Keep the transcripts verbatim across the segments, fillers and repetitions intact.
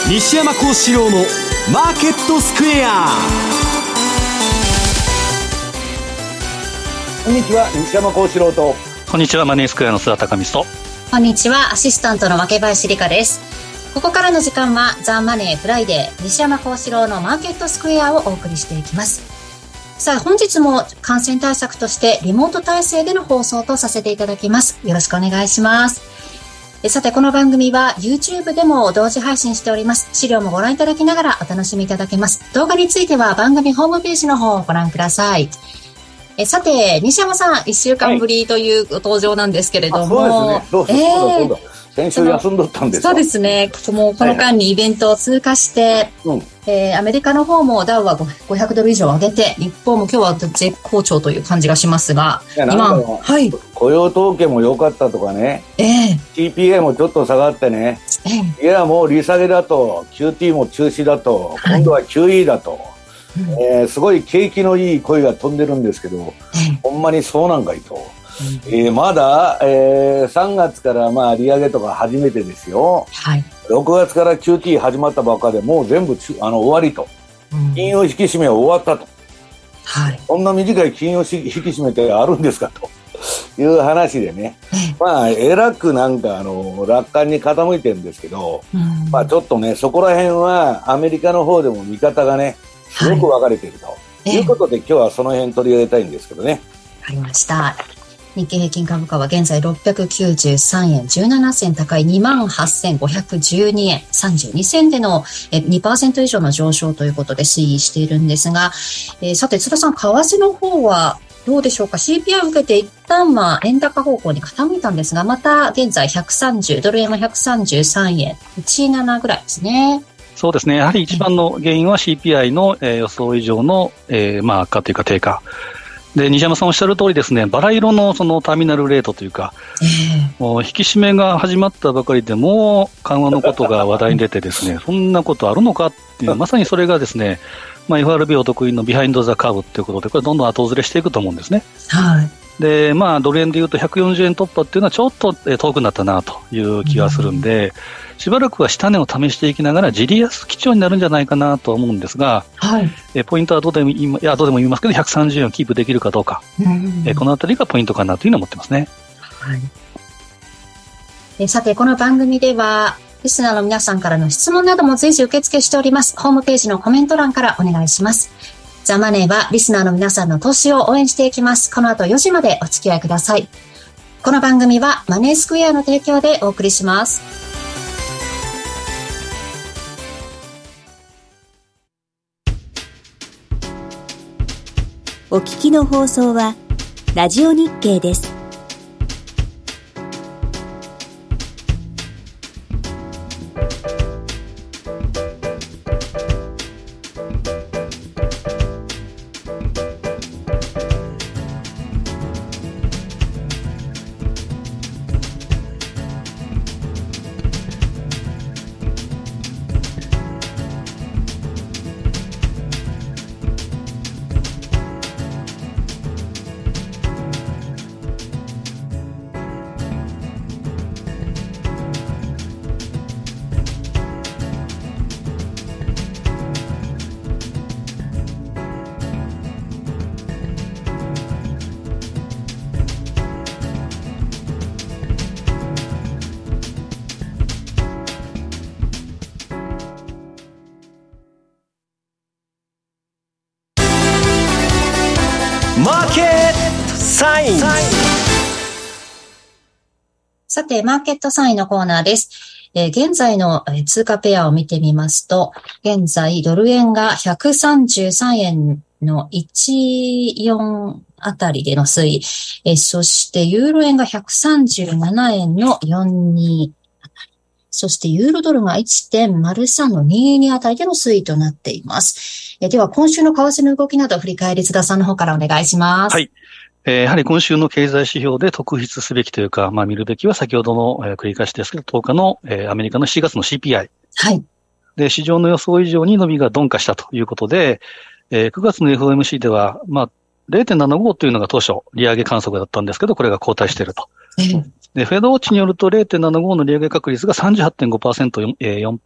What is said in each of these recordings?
西山幸四郎のマーケットスクエア。 こんにちは、西山幸四郎と。 こんにちは、マネースクエアの須田貴美と。 こんにちは、アシスタントの若林理香です。ここからの時間はザ・マネーフライデー、西山幸四郎のマーケットスクエアをお送りしていきます。さあ、本日も感染対策としてリモート体制での放送とさせていただきます。よろしくお願いします。さて、この番組は YouTube でも同時配信しております。資料もご覧いただきながらお楽しみいただけます。動画については番組ホームページの方をご覧ください。えさて、西山さん、いっしゅうかんぶりという登場なんですけれども、 はい、そうですね。どうぞ、えー、どうぞ。先週休んどったんですか？ そうですね。もうこの間にイベントを通過して、はい、えー、アメリカの方もダウはごひゃくドル以上上げて、日本も今日は絶好調という感じがしますが、 今、はい、雇用統計も良かったとかね、えー、シーピーアイ もちょっと下がってね、えー、いやもう利下げだと、キューティー も中止だと、はい、今度は キューイー だと、うん、えー、すごい景気のいい声が飛んでるんですけど、えー、ほんまにそうなんかいと。えー、まだ、えー、さんがつからまあ利上げとか初めてですよ、はい、ろくがつから キューティー 始まったばっかでもう全部あの終わりと、うん、金融引き締めは終わったと、はい、こんな短い金融引き締めってあるんですかという話でね、まあえらくなんかあの楽観に傾いてるんですけど、うん、まあちょっとねそこら辺はアメリカの方でも見方がねすごく分かれていると、はい、いうことで今日はその辺取り上げたいんですけどね。 わかりました。日経平均株価は現在ろっぴゃくきゅうじゅうさんえんじゅうななせん高い にまんはっせんごひゃくじゅうにえんさんじゅうにせんでの にパーセント 以上の上昇ということで推移しているんですが、えー、さて津田さん、為替の方はどうでしょうか。 シーピーアイ を受けて一旦は円高方向に傾いたんですが、また現在ひゃくさんじゅうドル円はひゃくさんじゅうさんえんじゅうななぐらいですね。 そうですね。やはり一番の原因は シーピーアイ の、えー、予想以上の、えー、まあ悪化というか低下で、西山さんおっしゃる通りですね、バラ色のそのターミナルレートというか、えー、もう引き締めが始まったばかりでもう緩和のことが話題に出てですね、そんなことあるのかっていう、まさにそれがですね、まあ、エフアールビー お得意のビハインドザカーブということで、これどんどん後ずれしていくと思うんですね。はい。で、まあ、ドル円でいうとひゃくよんじゅうえん突破っていうのはちょっと遠くなったなという気がするんで、うん、しばらくは下値を試していきながらじり安基調になるんじゃないかなと思うんですが、はい、えポイントは後でも言い、いや後でも言いますけどひゃくさんじゅうえんをキープできるかどうか、うん、えこのあたりがポイントかなというのを思ってますね。 はい、えさてこの番組ではリスナーの皆さんからの質問なども随時受付しております。ホームページのコメント欄からお願いします。ザ・マネーはリスナーの皆さんの投資を応援していきます。この後よじまでお付き合いください。この番組はマネースクエアの提供でお送りします。 お聞きの放送はラジオ日経です。 マーケットサイン。 さて、マーケットサインのコーナーです。えー、現在の通貨ペアを見てみますと、現在ドル円がひゃくさんじゅうさんえんのいちじゅうよんあたりでの推移、えー、そしてユーロ円がひゃくさんじゅうななえんのよんじゅうにあたり、そしてユーロドルが いってんまるさん のにじゅうにあたりでの推移となっています。えー、では今週の為替の動きなど振り返り津田さんの方からお願いします。 はい。えー、やはり今週の経済指標で特筆すべきというか、まあ見るべきは先ほどの、えー、繰り返しですけど、とおかの、えー、アメリカのしちがつの シーピーアイ。はい。で、市場の予想以上に伸びが鈍化したということで、えー、くがつの エフオーエムシー では、まあ、れいてんななご というのが当初、利上げ観測だったんですけど、これが後退していると。で、フェドウォッチによると れいてんななご の利上げ確率が さんじゅうはちてんごパーセント、えー、よん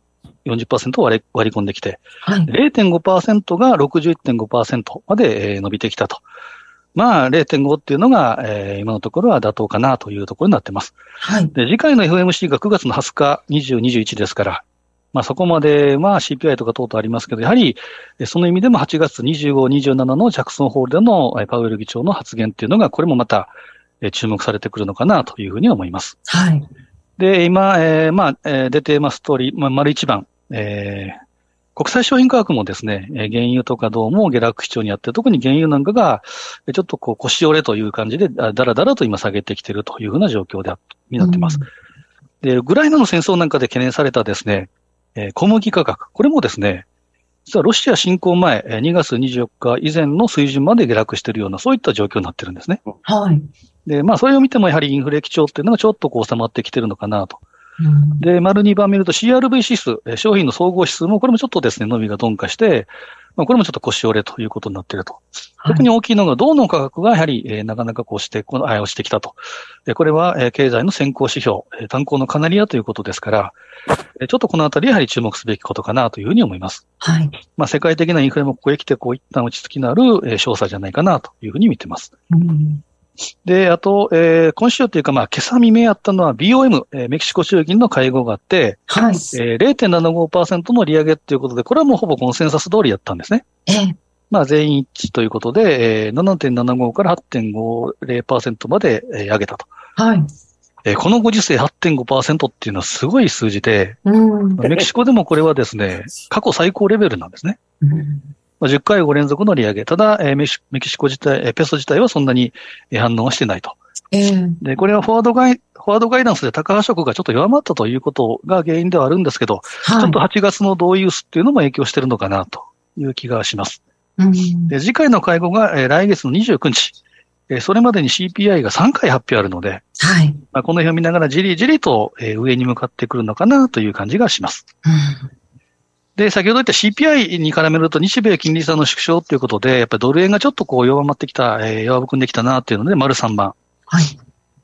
よんじゅっパーセント 割り、割り込んできて、 はい、 れいてんごパーセント が ろくじゅういってんごパーセント まで伸びてきたと。まあ れいてんご っていうのが、えー、今のところは妥当かなというところになっています。 はい。 で、次回の エフオーエムシー がくがつのはつか、にじゅう、にじゅういちですから、まあそこまで、まあ シーピーアイ とか等々ありますけど、やはり、その意味でもはちがつにじゅうご、にじゅうしちのジャクソンホールでのパウエル議長の発言っていうのが、これもまた注目されてくるのかなというふうに思います。 はい。 で、今、えー、まあ、えー、出てます通り、まあ、丸一番、えー、国際商品価格もですね、原油とか銅も下落基調にあって、特に原油なんかが、ちょっとこう腰折れという感じで、だらだらと今下げてきているというふうな状況でになっています。うん、で、ウクライナの戦争なんかで懸念されたですね、えー、小麦価格、これもですね、実はロシア侵攻前、にがつにじゅうよっか以前の水準まで下落しているような、そういった状況になってるんですね。 はい。 で、まあ、それを見てもやはりインフレ基調っていうのがちょっとこう収まってきてるのかなと。うん、で、丸にばん見ると シーアールブイ 指数、商品の総合指数もこれもちょっとですね、伸びが鈍化して、まあ、これもちょっと腰折れということになっていると。はい、特に大きいのが銅の価格がやはり、えー、なかなかこうして、この、あ、落ちてきたと。で、これは、えー、経済の先行指標、えー、炭鉱のカナリアということですから、えー、ちょっとこのあたりやはり注目すべきことかなというふうに思います。はい。まあ、世界的なインフレもここへ来て、こう一旦落ち着きのある、えー、商差じゃないかなというふうに見ています。うん、で、あと、えー、今週というか、まあ、今朝未明あったのは ビーオーエム、えー、メキシコ中銀の会合があって、はい。えー、れいてんななごパーセント の利上げということで、これはもうほぼコンセンサス通りやったんですね。ええ。まあ、全員一致ということで、えー、ななてんななご から はちてんごぜろパーセント まで、えー、上げたと。はい。えー、このご時世 はちてんごパーセント っていうのはすごい数字で、うん、メキシコでもこれはですね、過去最高レベルなんですね。うんじゅっかいご連続の利上げ。ただ、えー、メキシ、メキシコ自体、えー、ペソ自体はそんなに反応はしてないと。えー、で、これはフォワードガイ、フォワードガイダンスで高波色がちょっと弱まったということが原因ではあるんですけど、はい、ちょっとはちがつの同意薄っていうのも影響してるのかなという気がします。うん、で、次回の会合が、えー、来月のにじゅうくにち。えー、それまでに シーピーアイ がさんかい発表あるので、はい。まあ、この辺を見ながらじりじりと、えー、上に向かってくるのかなという感じがします。うんで、先ほど言った シーピーアイ に絡めると日米金利差の縮小ということで、やっぱりドル円がちょっとこう弱まってきた、えー、弱含んできたなっていうので、丸さんばん。はい。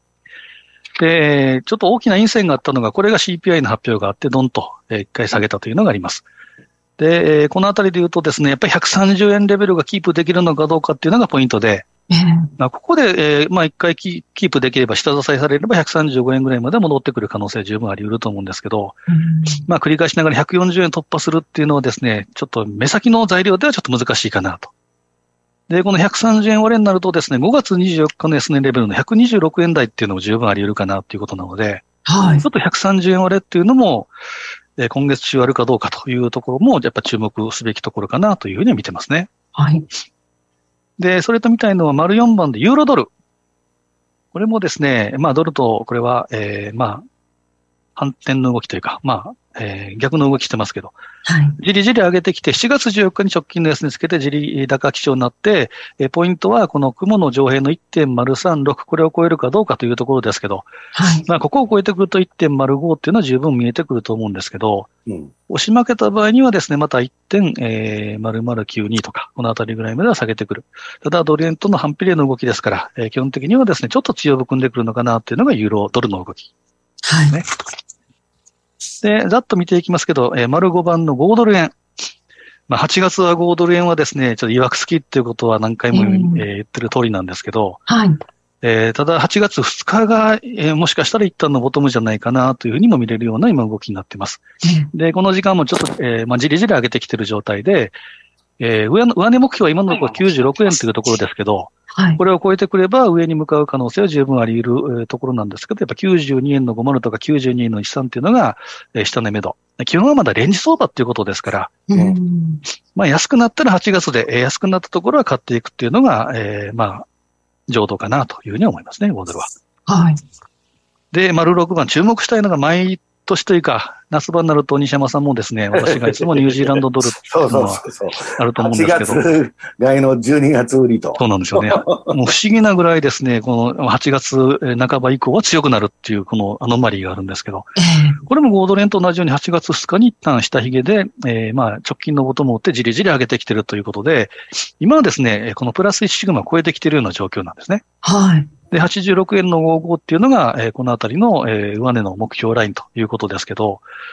で、ちょっと大きな陰線があったのが、これが シーピーアイ の発表があって、ドンと一回下げたというのがあります。で、このあたりで言うとですね、やっぱりひゃくさんじゅうえんレベルがキープできるのかどうかっていうのがポイントで、まあここで、えー、まあ一回キープできれば、下支えされればひゃくさんじゅうごえんぐらいまで戻ってくる可能性は十分あり得ると思うんですけど、うん、まあ繰り返しながらひゃくよんじゅうえん突破するっていうのはですね、ちょっと目先の材料ではちょっと難しいかなと。で、このひゃくさんじゅうえん割れになるとですね、ごがつにじゅうよっかの安値レベルのひゃくにじゅうろくえん台っていうのも十分あり得るかなっていうことなので、はい。ちょっとひゃくさんじゅうえん割れっていうのも、えー、今月中あるかどうかというところも、やっぱ注目すべきところかなというふうには見てますね。はい。で、それと見たいのは丸よんばんでユーロドル。これもですね、まあドルと、これは、えー、まあ、反転の動きというか、まあ、えー、逆の動きしてますけど、はい。じりじり上げてきて、しちがつじゅうよっかに直近の安値つけて、じり高基調になって、えー、ポイントはこの雲の上辺の いってんまるさんろく、これを超えるかどうかというところですけど、はい。まあ、ここを超えてくると いってんまるご っていうのは十分見えてくると思うんですけど、うん。押し負けた場合にはですね、また いってんまるまるきゅうに とか、このあたりぐらいまでは下げてくる。ただ、ドル円との反比例の動きですから、えー、基本的にはですね、ちょっと強含んでくるのかなっていうのがユーロドルの動き。はい。ね。で、ざっと見ていきますけど、えー、丸ごばんのごドル円。まあ、はちがつはごドル円はですね、ちょっと曰くつきっていうことは何回も、えーえー、言ってる通りなんですけど、はい。えー、ただはちがつふつかが、えー、もしかしたら一旦のボトムじゃないかなというふうにも見れるような今動きになっています。うん、で、この時間もちょっと、えー、まあ、じりじり上げてきてる状態で、えー、上の、上値目標は今のところきゅうじゅうろくえんというところですけど、はい。これを超えてくれば上に向かう可能性は十分あり得るところなんですけど、やっぱきゅうじゅうにえんのごじゅうとかきゅうじゅうにえんのじゅうさんっていうのが、えー、下値目処。基本はまだレンジ相場っていうことですから、うん、まあ安くなったらはちがつで、えー、安くなったところは買っていくっていうのが、えー、まあ、上等かなというふうに思いますね、ごドルは。はい。で、丸ろくばん注目したいのが毎年というか、夏場になると西山さんもですね、私がいつもニュージーランドドルっていうのはあると思うんですけど。はちがつ買いのじゅうにがつ売りと。 そうなんですよね。もう不思議なぐらいですね、このはちがつなかば以降は強くなるっていうこのアノマリーがあるんですけど、これもごドル円と同じようにはちがつふつかに一旦下髭で、えー、まあ直近のボトムを打ってじりじり上げてきてるということで、今はですね、このプラスいちシグマを超えてきているような状況なんですね。はい。で、はちじゅうろくえんのごじゅうごっていうのが、えー、このあたりの、えー、上値の目標ラインということですけど、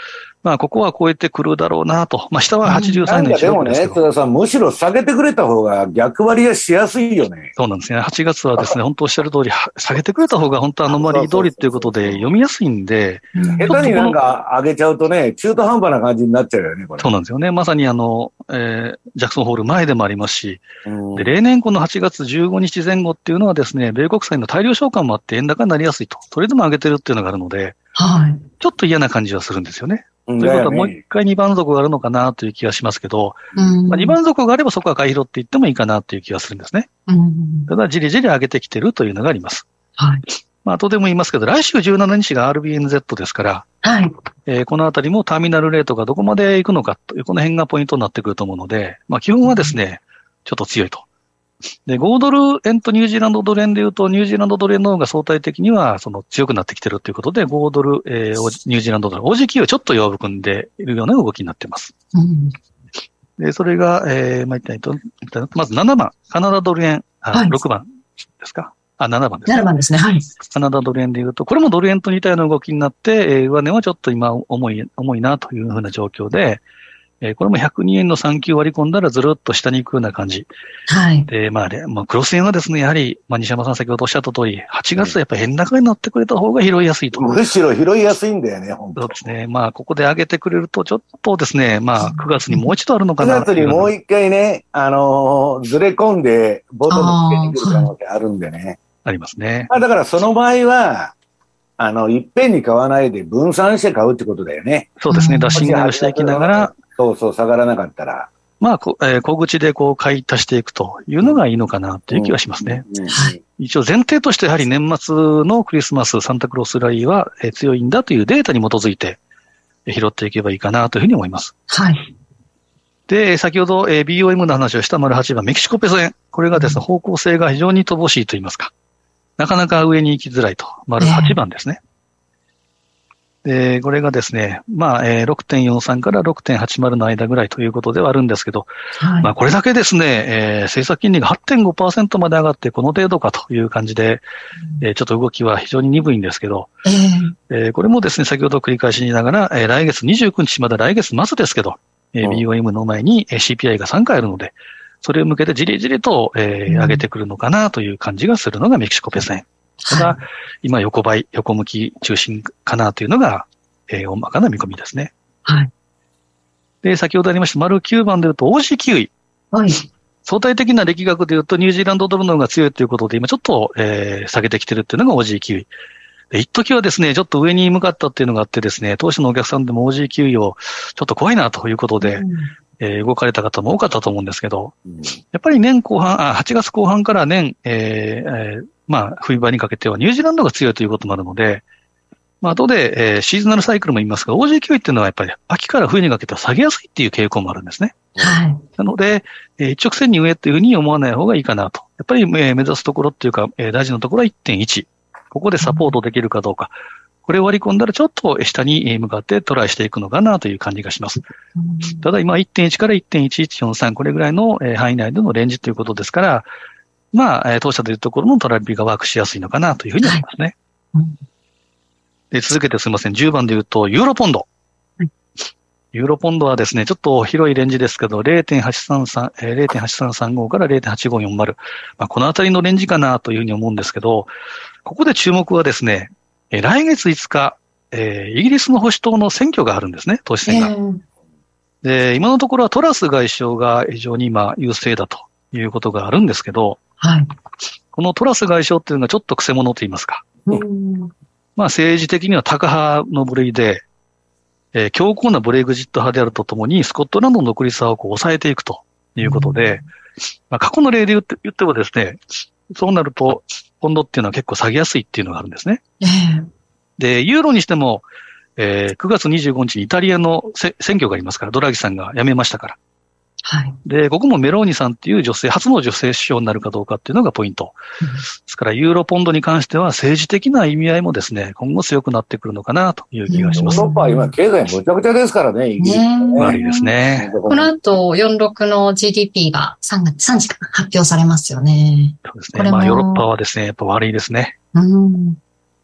まあ、ここは超えてくるだろうなと。まあ、下ははちじゅうさんえんの一番ですけど。 でもね、津田さん、むしろ下げてくれた方が逆割りがしやすいよね。 そうなんですね。はちがつはですね、本当おっしゃる通り、下げてくれた方が本当アノマリー通りっていうことで読みやすいんで。 下手になんか上げちゃうとね、中途半端な感じになっちゃうよね、これ。 そうなんですよね。まさにあの、えー、ジャクソンホール前でもありますし、で例年このはちがつじゅうごにちぜん後っていうのはですね、米国債の大量償還もあって円高になりやすいと。それでも上げてるっていうのがあるので、はい。ちょっと嫌な感じはするんですよね。ということはもう一回二番底があるのかなという気がしますけど、まあ、二番底があればそこは買い拾って言ってもいいかなという気がするんですね。ただじりじり上げてきてるというのがあります。はい。まあ、後でも言いますけど、来週じゅうしちにちが アールビーエヌゼット ですから、はい。えー、このあたりもターミナルレートがどこまで行くのかという、この辺がポイントになってくると思うので、まあ、基本はですね、ちょっと強いと。で、ごドル円とニュージーランドドル円で言うと、ニュージーランドドル円の方が相対的には、その強くなってきてるということで、ごドル、えー、ニュージーランドドル、オージーキュー はちょっと弱含んでいるような動きになっています。うん、で、それが、えー、まあ、一体と、まずななばん、カナダドル円、あ、はい、ろくばんですか？あ、ななばんですね。 ななばんですね。はい。 カナダドル円で言うと、これもドル円と似たような動きになって、えー、上値はちょっと今重い、重いなというふうな状況で、えー、これもひゃくにえんのさん級割り込んだらずるっと下に行くような感じ。はい。で、まあ、まあ、クロス円はですね、やはり、まあ、西山さん先ほどおっしゃった通り、はちがつはやっぱり円高になってくれた方が拾いやすいと。 むしろ拾いやすいんだよね、本当そうですね。まあ、ここで上げてくれると、ちょっとですね、まあ、くがつにもう一度あるのかな。 くがつにもう一回ね、あのー、ずれ込んで、ボトムつけてくる可能性あるんでね。 ありますね。 まあ、だからその場合は、あの、いっぺんに買わないで分散して買うってことだよね。 そうですね。ダッシングをしていきながら、 そうそう、下がらなかったら。 まあ、こえー、小口でこう買い足していくというのがいいのかなという気はしますね。うんうんうん、一応前提としてやはり年末のクリスマス、サンタクロースラリーは、えー、強いんだというデータに基づいて、えー、拾っていけばいいかなというふうに思います。はい。で、先ほど、えー、ビーオーエム の話をした丸はちばん、メキシコペソ円。これがですね、方向性が非常に乏しいと言いますか。なかなか上に行きづらいと。丸はちばんですね。で、これがですね、まあ、えー、ろくてんよんさん から ろくてんはちまる の間ぐらいということではあるんですけど、はい、まあ、これだけですね、えー、政策金利が はってんごパーセント まで上がってこの程度かという感じで、うん、えー、ちょっと動きは非常に鈍いんですけど、えーえー、これもですね、先ほど繰り返し言いながら、えー、来月にじゅうくにちまだ来月末ですけど、えー、ビーオーエム の前に シーピーアイ がさんかいあるので、それを向けてじりじりと、えー、上げてくるのかなという感じがするのがメキシコペソ円。ただ、はい、今横ばい、横向き中心かなというのが、えー、大まかな見込みですね。はい。で、先ほどありました、丸きゅうばんで言うと オージーキューイ。はい。相対的な力学で言うとニュージーランドドルの方が強いということで、今ちょっと、えー、下げてきてるっていうのが オージーキューイ。で、一時はですね、ちょっと上に向かったっていうのがあってですね、当初のお客さんでも オージーキューイ をちょっと怖いなということで、うん、えー、動かれた方も多かったと思うんですけど、うん、やっぱり年後半、あ、はちがつこう半から年、えーえー、まあ、冬場にかけてはニュージーランドが強いということもあるので、まあ、後で、えー、シーズナルサイクルも言いますが、オージーキューイ っていうのはやっぱり秋から冬にかけては下げやすいっていう傾向もあるんですね。はい。なので、えー、一直線に上っていうふうに思わない方がいいかなと。やっぱり、えー、目指すところっていうか、えー、大事なところは いってんいち。ここでサポートできるかどうか。これを割り込んだらちょっと下に向かってトライしていくのかなという感じがします。ただ今 いってんいち から いってんいちいちよんさん これぐらいの範囲内でのレンジということですから、まあ、当社でいうところのトラリピがワークしやすいのかなというふうに思いますね。はい、で続けてすみません。じゅうばんで言うと、ユーロポンド。はい、ユーロポンドはですね、ちょっと広いレンジですけど、ゼロてんはちさんさん、ゼロてんはちさんさんご から ゼロてんはちごよんまる。まあ、このあたりのレンジかなというふうに思うんですけど、ここで注目はですね、来月いつか、えー、イギリスの保守党の選挙があるんですね、党首選が。えー、で、今のところはトラス外相が非常に今優勢だということがあるんですけど、はい、このトラス外相っていうのがちょっと癖者と言いますか。うんまあ政治的にはタカ派の部類で、えー、強硬なブレグジット派であるとともに、スコットランドの独立派をこう抑えていくということで、うんまあ、過去の例で言って、言ってもですね、そうなると、ポンドっていうのは結構下げやすいっていうのがあるんですね。えー、で、ユーロにしても、えー、くがつにじゅうごにちにイタリアの選挙がありますから、ドラギさんが辞めましたから。はい。で、ここもメローニさんっていう女性、初の女性首相になるかどうかっていうのがポイント。うん、ですから、ユーロポンドに関しては政治的な意味合いもですね、今後強くなってくるのかなという気がします。 ヨーロッパは今経済むちゃくちゃですからね、イギリス、ね。 悪いですね。 この後、よんじゅうろくの ジーディーピー がさんがつさんじから発表されますよね。 そうですね。まあ、ヨーロッパはですね、やっぱ悪いですね。 うん。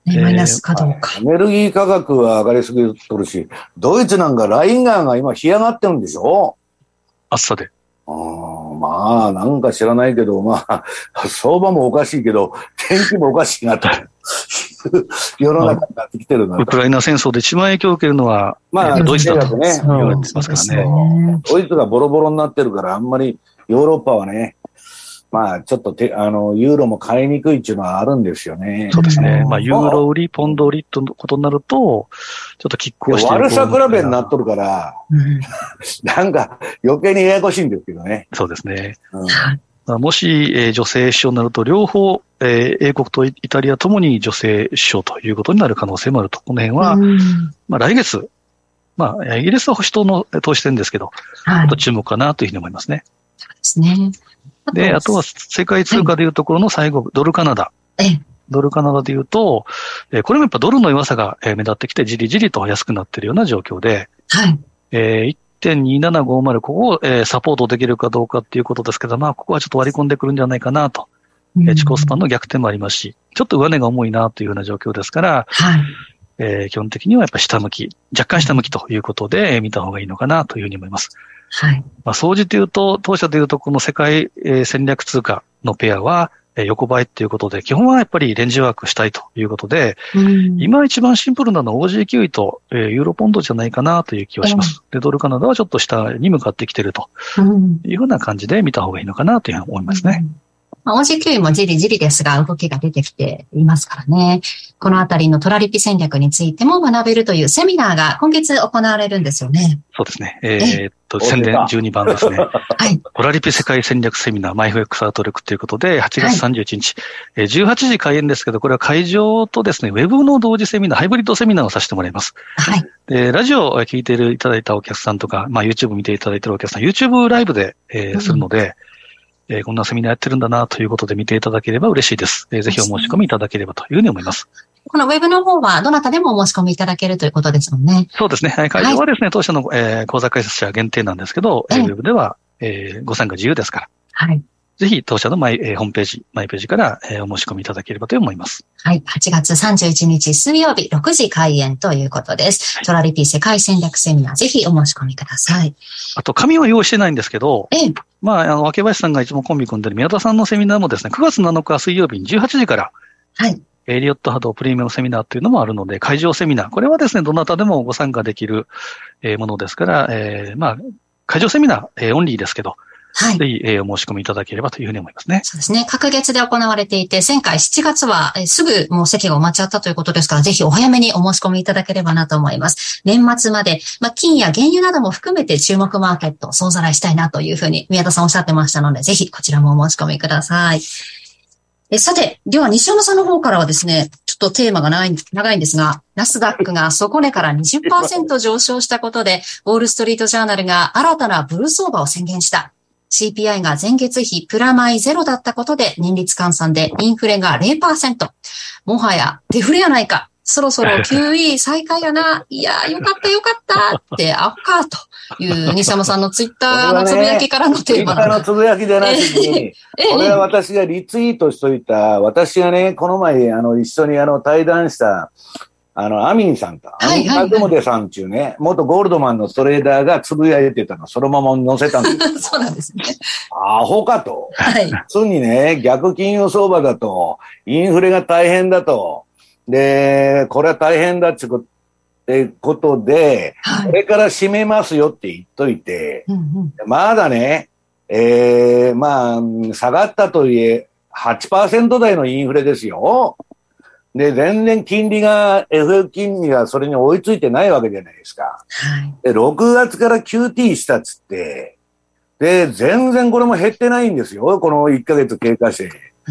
ね、マイナスかどうか。 エネルギー価格は上がりすぎとるし、ドイツなんかライン川が今干上がってるんでしょ？ 暑さで。 あまあ、なんか知らないけど、まあ、相場もおかしいけど、天気もおかしいなと。世の中になってきてるなと。 ウクライナ戦争で一番影響を受けるのは、まあ、ドイツだとね、言われてますからね。 ドイツがボロボロになってるから、あんまりヨーロッパはね、まあ、ちょっとて、あの、ユーロも買いにくいっていうのはあるんですよね。 そうですね。まあ、ユーロ売り、ポンド売りということになると、ちょっと拮抗してる。 悪さ比べになっとるから、なんか余計にややこしいんですけどね。 そうですね。うん、もし、えー、女性首相になると、両方、えー、英国とイタリアともに女性首相ということになる可能性もあると。この辺は、まあ、来月、まあ、イギリスは保守党の党首選ですけど、はい、ちょっと注目かなというふうに思いますね。 そうですね。 で、あとは世界通貨でいうところの最後、ドルカナダ。ドルカナダでいうと、これもやっぱドルの弱さが目立ってきて、じりじりと安くなっているような状況で、はい。えー、いってんにーななごーまる、ここを、えー、サポートできるかどうかっていうことですけど、まあ、ここはちょっと割り込んでくるんじゃないかなと。うん、えー、地高スパンの逆転もありますし、ちょっと上値が重いなというような状況ですから、はい。えー、基本的にはやっぱ下向き、若干下向きということで、えー、見た方がいいのかなというふうに思います。はい。まあ、総じて言うと、当社で言うと、この世界、えー、戦略通貨のペアは、えー、横ばいということで、基本はやっぱりレンジワークしたいということで、うん、今一番シンプルなのは オージーキューイー と、えー、ユーロポンドじゃないかなという気はします。うん、で、ドルカナダはちょっと下に向かってきているというふうな感じで見た方がいいのかなというふうに思いますね。うんまあ、オージーキューイー もじりじりですが動きが出てきていますからね。このあたりのトラリピ戦略についても学べるというセミナーが今月行われるんですよね。 そうですね。えー、っと、宣伝じゅうにばんですね。はい。トラリピ世界戦略セミナー、マイフエックスアウトレックということで、はちがつさんじゅういちにち、はい、じゅうはちじ開演ですけど、これは会場とですね、ウェブの同時セミナー、ハイブリッドセミナーをさせてもらいます。はい。で、ラジオを聞いていただいたお客さんとか、まあ YouTube 見ていただいているお客さん、YouTube ライブで、えー、するので、うんえー、こんなセミナーやってるんだなということで見ていただければ嬉しいです。えー、ぜひお申し込みいただければというふうに思います。 このウェブの方はどなたでもお申し込みいただけるということですもんね。 そうですね。会場はですね、はい、当社の、えー、講座開設者限定なんですけど、えー、ウェブでは、えー、ご参加自由ですから。はい。ぜひ当社のマイ、えー、ホームページ、マイページから、えー、お申し込みいただければと思います。 はい。はちがつさんじゅういちにち水曜日ろくじ開演ということです。はい、トラリピ世界戦略セミナー、ぜひお申し込みください。 あと、紙は用意してないんですけど、ええ、まあ、あの、若林さんがいつもコンビ組んでる宮田さんのセミナーもですね、くがつなのか水曜日にじゅうはちじから、はい。エリオット波動プレミアムセミナーというのもあるので、会場セミナー、これはですね、どなたでもご参加できるものですから、えー、まあ、会場セミナー、えー、オンリーですけど、はい。ぜひ、えー、お申し込みいただければというふうに思いますね。 そうですね。隔月で行われていて、前回しちがつは、えー、すぐもう席が埋まっちゃったということですから、ぜひお早めにお申し込みいただければなと思います。年末まで、まあ、金や原油なども含めて注目マーケットを総ざらいしたいなというふうに宮田さんおっしゃってましたので、ぜひこちらもお申し込みください。えさて、では西山さんの方からはですね、ちょっとテーマが長い、長いんですが、ナスダックが底値から にじゅっパーセント 上昇したことで、ウォールストリートジャーナルが新たなブル相場を宣言した。シーピーアイ が前月比プラマイゼロだったことで年率換算でインフレが ゼロパーセント。もはやデフレやないか。そろそろ キューイー 再開やな。いやーよかったよかったってアホかという西山さんのツイッターのつぶやきからのテーマなんだ。ツイッターのつぶやきでなくて、これは私がリツイートしといた、私がね、この前あの一緒にあの対談したあの、アミンさんと、アミン・マクモデさんっていうね、元ゴールドマンのトレーダーがつぶやいてたの、そのまま載せたんです。 そうなんですね。 アホかと。はい。普通にね、逆金融相場だと、インフレが大変だと。で、これは大変だってことで、はい、これから締めますよって言っといて、うんうん、まだね、えー、まあ、下がったとはいえ、はちパーセント 台のインフレですよ。で、全然金利が、エフエフ 金利がそれに追いついてないわけじゃないですか。はい。で、ろくがつから キューティー したっつって、で、全然これも減ってないんですよ。このいっかげつ経過して。うん、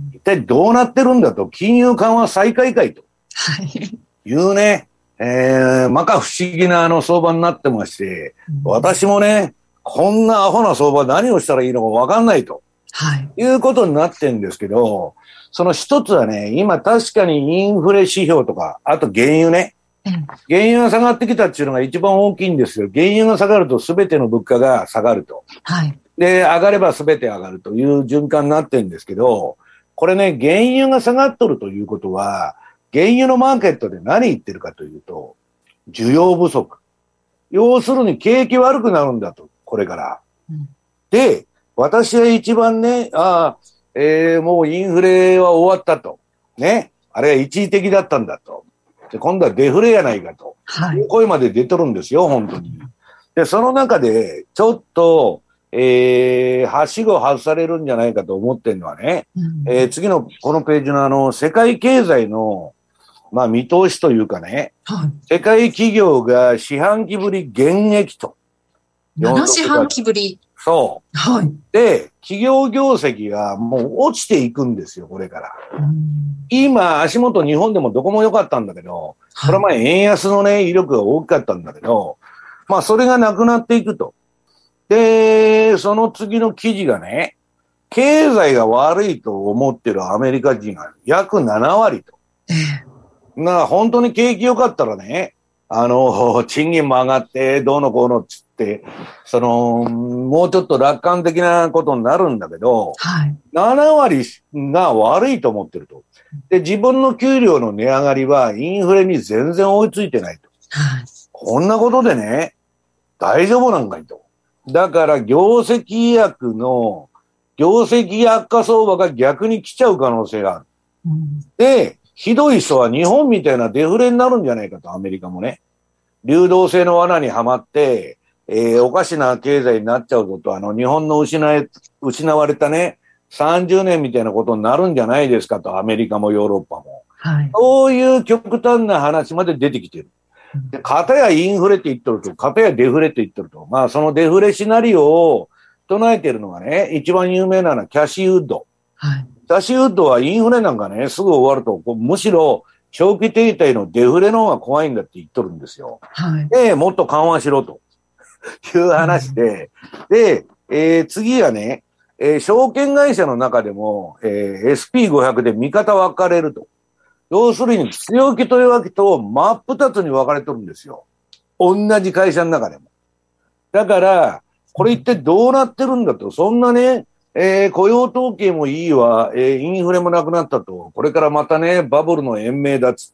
一体どうなってるんだと、金融緩和再開かいと。はい。いうね、えー、まか不思議なあの相場になってまして、うん、私もね、こんなアホな相場何をしたらいいのかわかんないと。はい。いうことになってんですけど、その一つはね、今確かにインフレ指標とか、あと原油ね。うん、原油が下がってきたっていうのが一番大きいんですよ。原油が下がると全ての物価が下がると。はい。で、上がれば全て上がるという循環になってるんですけど、これね、原油が下がっとるということは、 原油のマーケットで何言ってるかというと、需要不足。要するに景気悪くなるんだと、これから。うん、で、私は一番ね、ああ、えー、もうインフレは終わったと。ね。あれは一時的だったんだと。で、今度はデフレやないかと。はい。声まで出てるんですよ、本当に。で、その中で、ちょっと、えー、はしご外されるんじゃないかと思ってるのはね、うん、えー、次のこのページのあの、世界経済の、まあ見通しというかね、はい、世界企業が四半期ぶり減益と。 なな四半期ぶり。 そう。はい。で、企業業績がもう落ちていくんですよ、これから。うん、今、足元日本でもどこも良かったんだけど、はい、これ前円安のね、威力が大きかったんだけど、まあそれがなくなっていくと。で、その次の記事がね、経済が悪いと思ってるアメリカ人が約ななわりと。な、本当に景気良かったらね、あの、賃金も上がって、どうのこうのっつって、その、もうちょっと楽観的なことになるんだけど、はい、ななわりが悪いと思ってると。で、自分の給料の値上がりはインフレに全然追いついてないと。はい、こんなことでね、大丈夫なんかいと。だから、業績悪の、業績悪化相場が逆に来ちゃう可能性がある。うん、で、ひどい人は日本みたいなデフレになるんじゃないかと、アメリカもね。流動性の罠にはまって、えー、おかしな経済になっちゃうぞと、あの、日本の失え、失われたね、さんじゅうねんみたいなことになるんじゃないですかと、アメリカもヨーロッパも。はい。そういう極端な話まで出てきてる。で、片やインフレって言っとると、片やデフレって言っとると。まあ、そのデフレシナリオを唱えてるのがね、一番有名なのはキャシーウッド。はい。キャシーウッドはインフレなんかね、すぐ終わると、むしろ長期停滞のデフレの方が怖いんだって言っとるんですよ。はい。で、もっと緩和しろという話で、うん、で、えー、次はね、えー、証券会社の中でも、えー、エスピーごひゃく で見方分かれると。要するに強気と弱気と真っ二つに分かれとるんですよ。同じ会社の中でも。だから、これ一体どうなってるんだと。そんなね、えー、雇用統計もいいわ、えー、インフレもなくなったと。これからまたね、バブルの延命だっつって、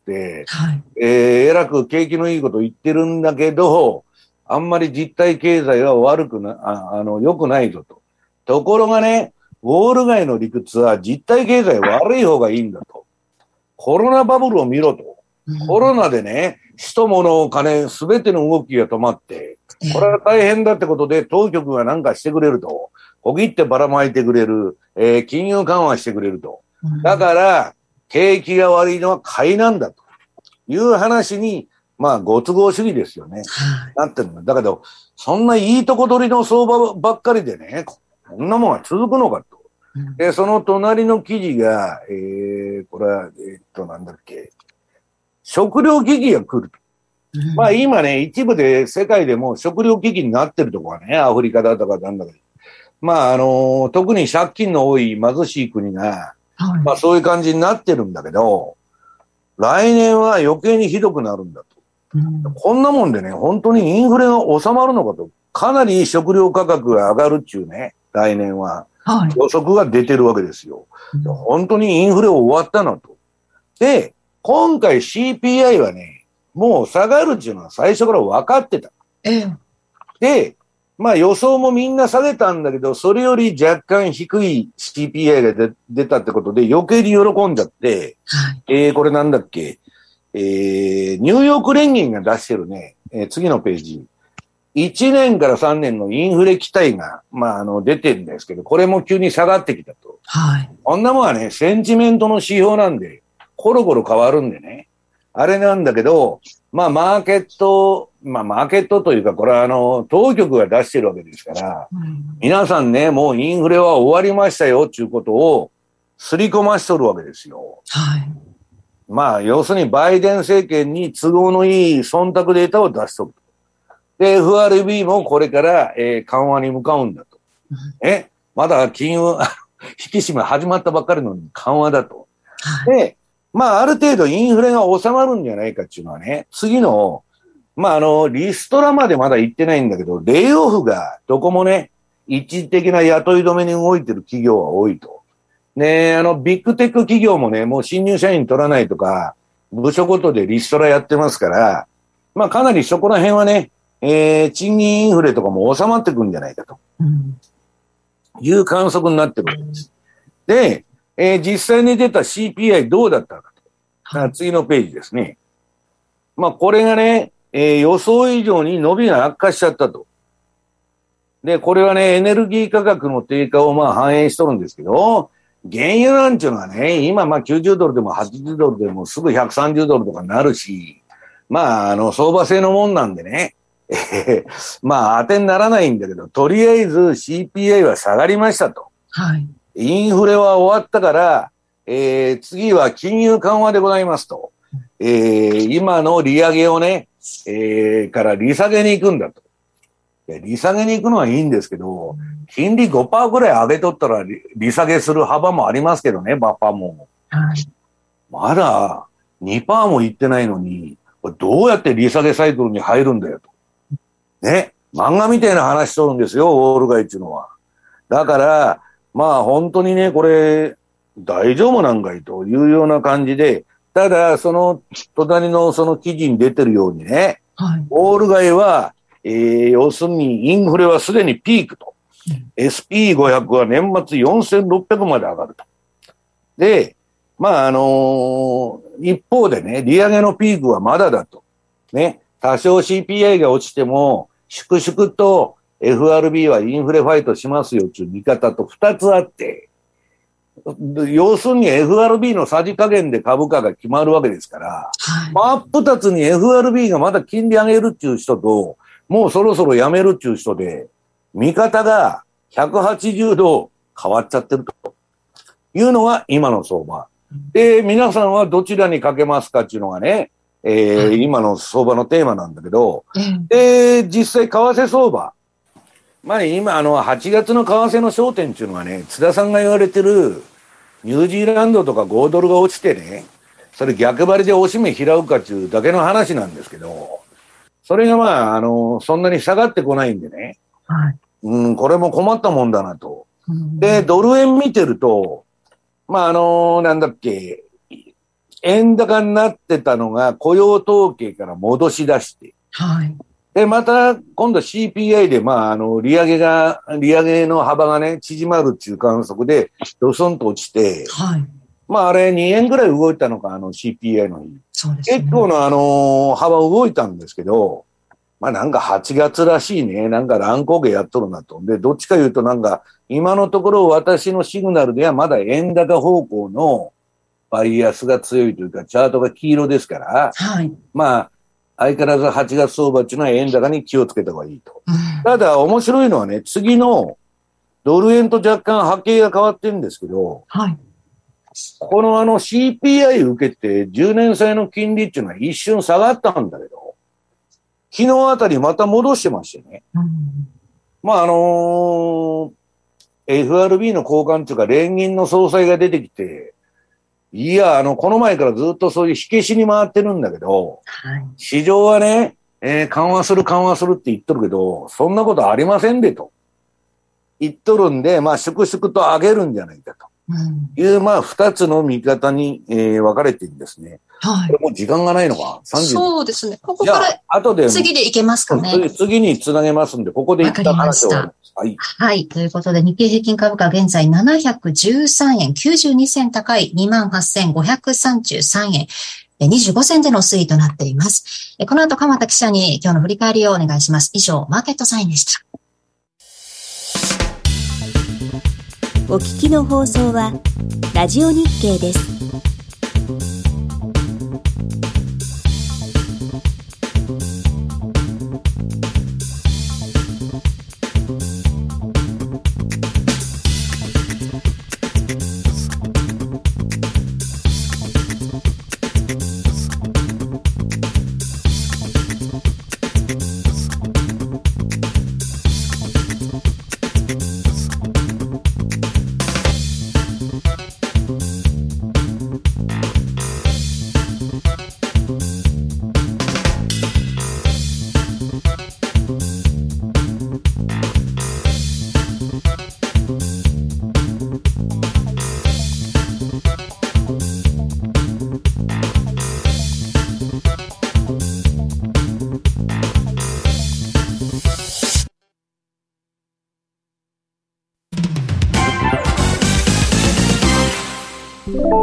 はい、えー、えらく景気のいいこと言ってるんだけど、あんまり実体経済は悪くな、あ、あの、良くないぞと。ところがね、ウォール街の理屈は実体経済悪い方がいいんだと。コロナバブルを見ろと。コロナでね、人物金すべての動きが止まって、これは大変だってことで当局が何かしてくれると。小切ってばらまいてくれる、えー、金融緩和してくれると。だから、景気が悪いのは買いなんだという話に、まあ、ご都合主義ですよね。なってるんだ。だけど、そんないいとこ取りの相場ばっかりでね、こんなもんが続くのかと。で、その隣の記事が、えー、これは、えー、っと、なんだっけ、食糧危機が来ると。まあ今ね、一部で世界でも食糧危機になってるところはね、アフリカだとかなんだけど、まああのー、特に借金の多い貧しい国が、はい、まあそういう感じになってるんだけど、来年は余計にひどくなるんだと。うん、こんなもんでね、本当にインフレが収まるのかと。かなり食料価格が上がるっちゅうね、来年は。はい、予測が出てるわけですよ。うん、本当にインフレ終わったのと。で、今回 シーピーアイ はね、もう下がるっていうのは最初から分かってた。ええ、で、まあ予想もみんな下げたんだけど、それより若干低い シーピーアイ が出出たってことで余計に喜んじゃって、はい、えー、これなんだっけ、えー、ニューヨーク連銀が出してるね、えー、次のページ。いちねんからさんねんのインフレ期待が、まあ、あの、出てるんですけど、これも急に下がってきたと。はい。こんなもんはね、センチメントの指標なんで、コロコロ変わるんでね。あれなんだけど、まあ、マーケット、まあ、マーケットというか、これはあの、当局が出してるわけですから、うん、皆さんね、もうインフレは終わりましたよ、っていうことを、すり込ましとるわけですよ。はい。まあ、要するにバイデン政権に都合のいい忖度データを出しとる。で、エフアールビー もこれから、えー、緩和に向かうんだと。うん、え、まだ金融、引き締め始まったばっかりのに緩和だと。はい、で、まあ、ある程度インフレが収まるんじゃないかっていうのはね、次の、まあ、あの、リストラまでまだ行ってないんだけど、レイオフがどこもね、一時的な雇い止めに動いてる企業は多いと。ね、あの、ビッグテック企業もね、もう新入社員取らないとか、 部署ごとでリストラやってますから、まあかなりそこら辺はね、えー、賃金インフレとかも収まってくるんじゃないかと、うん、いう観測になってるわけです。で、えー、実際に出た シーピーアイ どうだったかと。はい、次のページですね。まあこれがね、えー、予想以上に伸びが悪化しちゃったと。で、これはね、エネルギー価格の低下をまあ反映しとるんですけど、原油なんていうのはね、今まあきゅうじゅうドルでもはちじゅうドルでもすぐひゃくさんじゅうドルとかになるし、まああの相場制のもんなんでね、えー、まあ当てにならないんだけど、とりあえず シーピーアイ は下がりましたと。はい。インフレは終わったから、えー、次は金融緩和でございますと。えー、今の利上げをね、えー、から利下げに行くんだと。利下げに行くのはいいんですけど、金利 ごパーセント ぐらい上げとったら利下げする幅もありますけどね、バッファも。はい、まだ にパーセント も行ってないのに、どうやって利下げサイクルに入るんだよと。ね。漫画みたいな話しとるんですよ、ウォール街っていうのは。だから、まあ本当にね、これ、大丈夫なんかいというような感じで、ただ、その、隣のその記事に出てるようにね、はい、ウォール街は、えー、要するにインフレはすでにピークと。うん、エスピーごひゃく は年末よんせんろっぴゃくまで上がると。で、まああのー、一方でね、利上げのピークはまだだと。ね、多少 シーピーアイ が落ちても、粛々と エフアールビー はインフレファイトしますよという見方と二つあって、要するに エフアールビー のさじ加減で株価が決まるわけですから、はい、真っ二つに エフアールビー がまだ金利上げるっていう人と、もうそろそろやめるっていう人で、見方がひゃくはちじゅうど変わっちゃってるというのが今の相場。で、皆さんはどちらにかけますかっていうのがね、えー、今の相場のテーマなんだけど、で、実際為替相場。まあ今あのはちがつの為替の焦点っていうのはね、津田さんが言われてるニュージーランドとかごドルが落ちてね、それ逆張りでおしめ拾うかっていうだけの話なんですけど、それがまあ、あの、そんなに下がってこないんでね。はい。うん、これも困ったもんだなと。うん、で、ドル円見てると、まあ、あの、なんだっけ、円高になってたのが雇用統計から戻し出して。はい。で、また、今度 シーピーアイ で、まあ、あの、利上げが、利上げの幅がね、縮まるっていう観測で、ドソンと落ちて。はい。まあ、あれにえんぐらい動いたのか、あの シーピーアイ の日。そうですね。結構のあの、幅動いたんですけど、まあなんかはちがつらしいね、なんか乱高下やっとるなと。で、どっちか言うとなんか、今のところ私のシグナルではまだ円高方向のバイアスが強いというか、チャートが黄色ですから、はい。まあ、相変わらずはちがつ相場っていうのは円高に気をつけた方がいいと。うん、ただ面白いのはね、次のドル円と若干波形が変わってるんですけど、はい。このあの シーピーアイ 受けてじゅうねん債の金利っていうのは一瞬下がったんだけど、昨日あたりまた戻してましてね。うん、まああのー、エフアールビー の交換っていうか連銀の総裁が出てきて、いや、あの、この前からずっとそういう火消しに回ってるんだけど、はい、市場はね、えー、緩和する緩和するって言っとるけど、そんなことありませんでと言っとるんで、まあ粛々と上げるんじゃないかと。いう、まあ、二つの見方に、えー、分かれてるんですね。はい。これもう時間がないのか ?さんじゅう。 そうですね。ここから、後で、次でいけますかね。 次につなげますんで、ここで一旦話を終わります。はい。 はい。ということで、日経平均株価現在ななひゃくじゅうさんえんきゅうじゅうにせん高い にまんはっせんごひゃくさんじゅうさんえんにじゅうごせんでの推移となっています。この後、鎌田記者に今日の振り返りをお願いします。以上、マーケットサインでした。 お聞きの放送はラジオ日経です。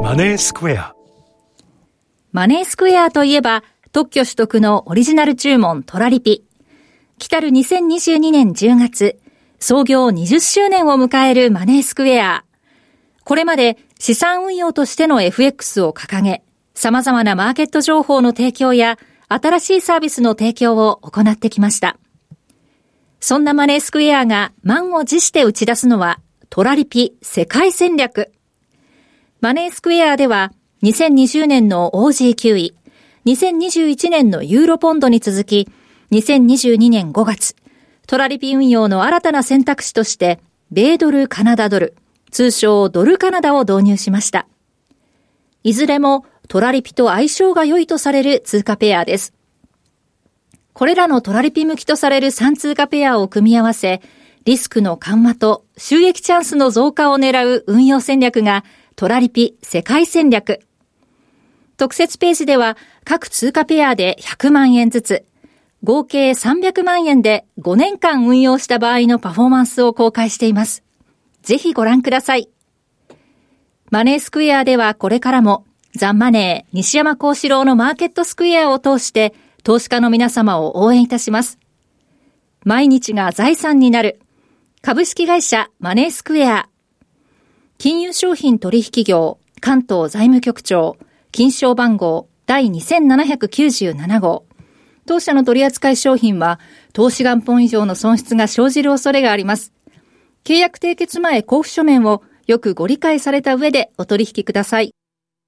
マネースクエア。 マネースクエアといえば、特許取得のオリジナル注文トラリピ。来たるにせんにじゅうにねんじゅうがつ、創業にじゅっしゅうねんを迎えるマネースクエア。これまで資産運用としての エフエックス を掲げ、様々なマーケット情報の提供や新しいサービスの提供を行ってきました。そんなマネースクエアが満を持して打ち出すのはトラリピ世界戦略。マネースクエアではにせんにじゅうねんの オージー キューイ、にせんにじゅういちねんのユーロポンドに続き、にせんにじゅうにねんごがつ、トラリピ運用の新たな選択肢として、米ドルカナダドル、通称ドルカナダを導入しました。いずれもトラリピと相性が良いとされる通貨ペアです。これらのトラリピ向きとされるさん通貨ペアを組み合わせ、リスクの緩和と収益チャンスの増加を狙う運用戦略がトラリピ世界戦略。特設ページでは各通貨ペアでひゃくまんえんずつ、合計さんびゃくまんえんでごねんかん運用した場合のパフォーマンスを公開しています。ぜひご覧ください。マネースクエアではこれからもザンマネー西山幸四郎のマーケットスクエアを通して投資家の皆様を応援いたします。毎日が財産になる株式会社マネースクエア。金融商品取引業関東財務局長金賞番号第にせんななひゃくきゅうじゅうなな号。当社の取扱い商品は投資元本以上の損失が生じる恐れがあります。契約締結前交付書面をよくご理解された上でお取引ください。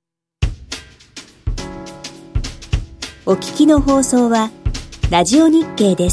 お聞きの放送はラジオ日経です。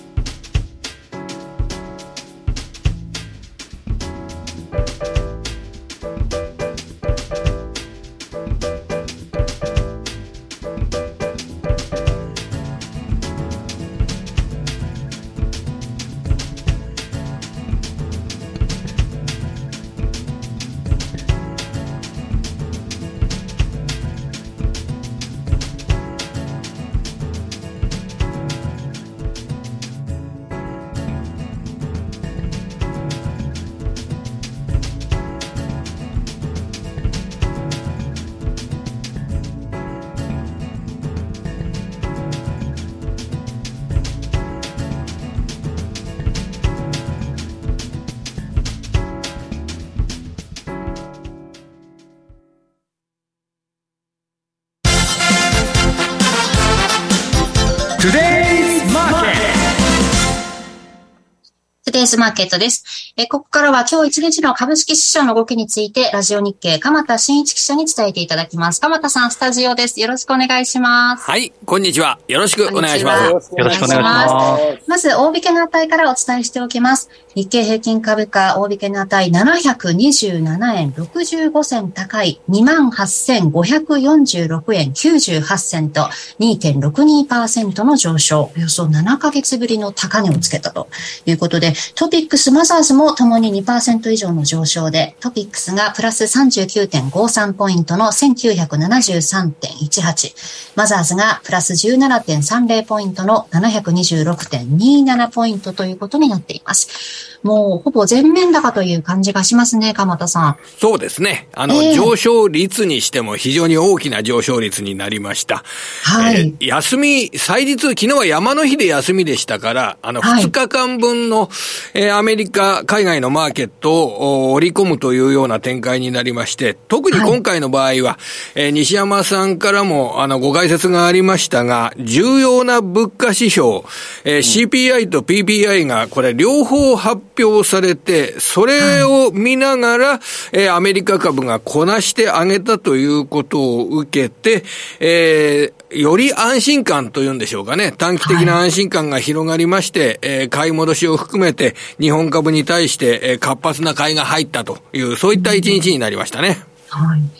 トゥデイズマーケットです。えここからは今日一日の株式市場の動きについて、ラジオ日経鎌田新一記者に伝えていただきます。鎌田さん、スタジオです。よろしくお願いします。 はい、こんにちは。よろしくお願いします。 よろしくお願いします。 まず、大引けの値からお伝えしておきます。日経平均株価、大引けの値ななひゃくにじゅうななえんろくじゅうごせん高い にまんはっせんごひゃくよんじゅうろくえんきゅうじゅうはちせんと にてんろくにパーセント の上昇、およそななかげつぶりの高値をつけたということで、トピックスマザーズもともに にパーセント 以上の上昇で、トピックスがプラス さんじゅうきゅうてんごさん ポイントの せんきゅうひゃくななじゅうさんてんいちはち、マザーズがプラス じゅうななてんさんぜろ ポイントの ななひゃくにじゅうろくてんになな ポイントということになっています。もうほぼ全面高という感じがしますね、鎌田さん。 そうですね。あの、えー、上昇率にしても非常に大きな上昇率になりました。はい。えー、休み、祭日、昨日は山の日で休みでしたから、あの、ふつかかんぶんの、はい、えー、アメリカ、海外のマーケットを織り込むというような展開になりまして、特に今回の場合は、はい、えー、西山さんからも、あの、ご解説がありましたが、重要な物価指標、えー、シーピーアイ と ピーピーアイ が、これ、両方発表されて、それを見ながら、はい、えー、アメリカ株がこなしてあげたということを受けて、えー、より安心感というんでしょうかね、短期的な安心感が広がりまして、はい、えー、買い戻しを含めて日本株に対して、えー、活発な買いが入ったという、そういった一日になりましたね。 はい。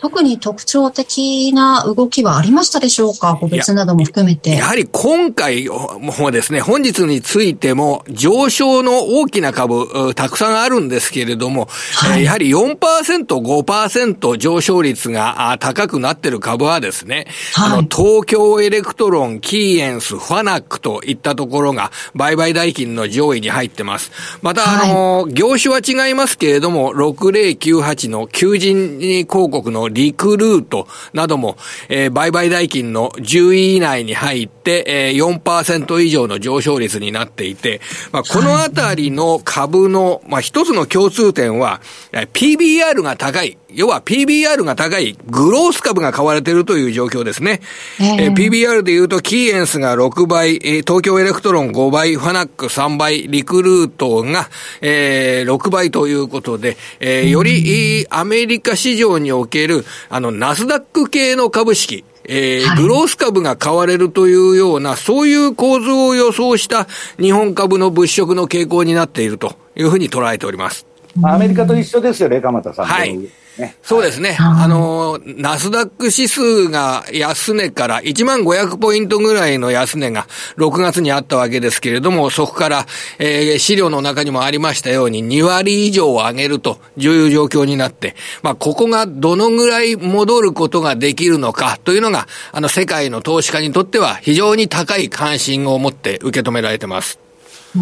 特に特徴的な動きはありましたでしょうか、個別なども含めて。 や, やはり今回もですね、本日についても上昇の大きな株、たくさんあるんですけれども、はい、やはり よんパーセント、ごパーセント 上昇率が高くなっている株はですね、はい、あの東京エレクトロン、キーエンス、ファナックといったところが売買代金の上位に入ってます。また、はい、あの、業種は違いますけれども、ろくぜろきゅうはちの求人広告のリクルートなども、えー、売買代金のじゅうい以内に入って、えー、よんパーセント 以上の上昇率になっていて、まあ、このあたりの株の、まあ、一つの共通点は、ピービーアール が高い。要は ピービーアール が高いグロース株が買われているという状況ですね。えーえー、ピービーアール で言うとキーエンスがろくばい、東京エレクトロンごばい、ファナックさんばい、リクルートが、えー、ろくばいということで、えー、よりアメリカ市場におけるあのナスダック系の株式、えーはい、グロース株が買われるというような、そういう構図を予想した日本株の物色の傾向になっているというふうに捉えております。 アメリカと一緒ですよね、鎌田さん。 はい。ね、そうですね。あの、ナスダック指数が安値からいちまんごひゃくポイントぐらいの安値がろくがつにあったわけですけれども、そこから、えー、資料の中にもありましたようににわり以上上げるという状況になって、まあ、ここがどのぐらい戻ることができるのかというのが、あの、世界の投資家にとっては非常に高い関心を持って受け止められてます。 うん、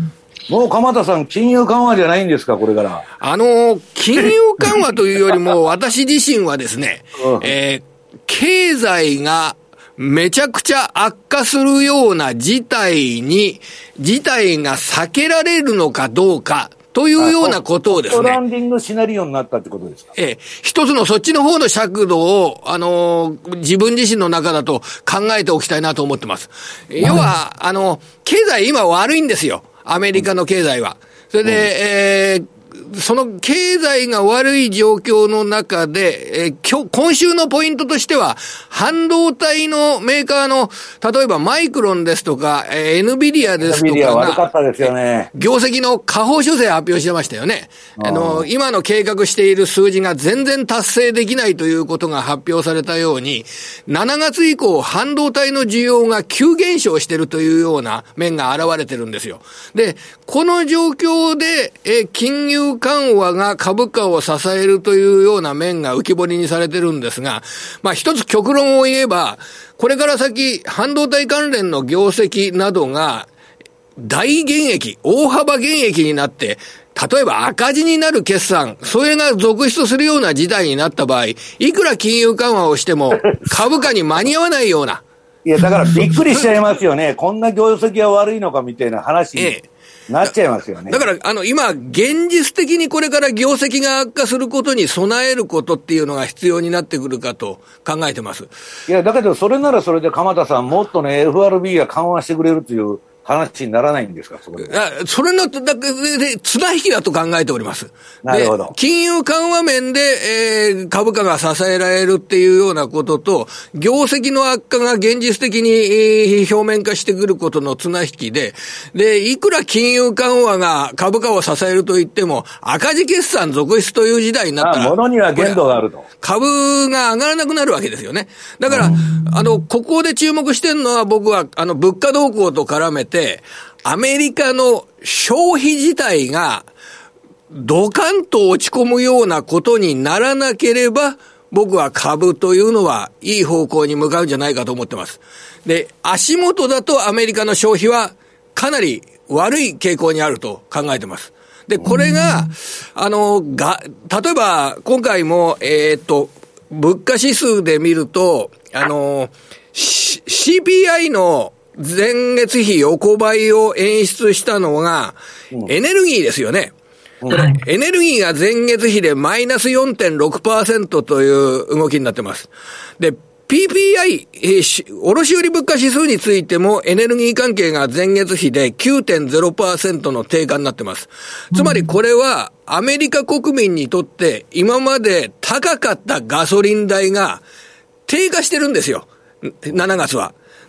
もう鎌田さん、金融緩和じゃないんですか、これから。 あの、金融緩和というよりも、私自身はですね、うん、えー、経済がめちゃくちゃ悪化するような事態に、事態が避けられるのかどうか、というようなことをですね。 ランディングシナリオになったってことですか。 ええ。一つのそっちの方の尺度を、あのー、自分自身の中だと考えておきたいなと思ってます。要は、あの、経済今悪いんですよ。アメリカの経済は。それで、うん、えー、その経済が悪い状況の中で、えー、今日、今週のポイントとしては、半導体のメーカーの、例えばマイクロンですとか、えー、エヌビディアですとかが、エヌビディア悪かったですよね。 業績の下方修正発表してましたよね。あの、今の計画している数字が全然達成できないということが発表されたように、しちがつ以降、半導体の需要が急減少しているというような面が現れてるんですよ。で、この状況で、えー、金融緩和が株価を支えるというような面が浮き彫りにされてるんですが、まあ一つ極論を言えば、これから先、半導体関連の業績などが大減益、大幅減益になって、例えば赤字になる決算、それが続出するような事態になった場合、いくら金融緩和をしても株価に間に合わないような。 いや、だからびっくりしちゃいますよね。こんな業績が悪いのかみたいな話に。ええ、なっちゃいますよね。 だから、あの、今、現実的にこれから業績が悪化することに備えることっていうのが必要になってくるかと考えてます。 いや、だけど、それならそれで鎌田さん、もっとね、エフアールビー が緩和してくれるという話にならないんですか、そこで。 それのだけで綱引きだと考えております。 なるほど。 金融緩和面で、えー、株価が支えられるっていうようなことと、業績の悪化が現実的に、えー、表面化してくることの綱引きで、で、いくら金融緩和が株価を支えると言っても、赤字決算続出という時代になったら、 物には限度があると。 株が上がらなくなるわけですよね。だから、あの、ここで注目してるのは僕は、あの、物価動向と絡めて、アメリカの消費自体がドカンと落ち込むようなことにならなければ、僕は株というのはいい方向に向かうんじゃないかと思ってます。で、足元だとアメリカの消費はかなり悪い傾向にあると考えてます。で、これが、あの、が、例えば今回も、えーっと、物価指数で見ると、あの、シーピーアイ の前月比横ばいを演出したのが、エネルギーですよね。これ、エネルギーが前月比でマイナス よんてんろくパーセント という動きになってます。で、ピーピーアイ、えー、卸売物価指数についてもエネルギー関係が前月比で きゅうてんゼロパーセント の低下になってます。つまりこれはアメリカ国民にとって今まで高かったガソリン代が低下してるんですよ。しちがつは。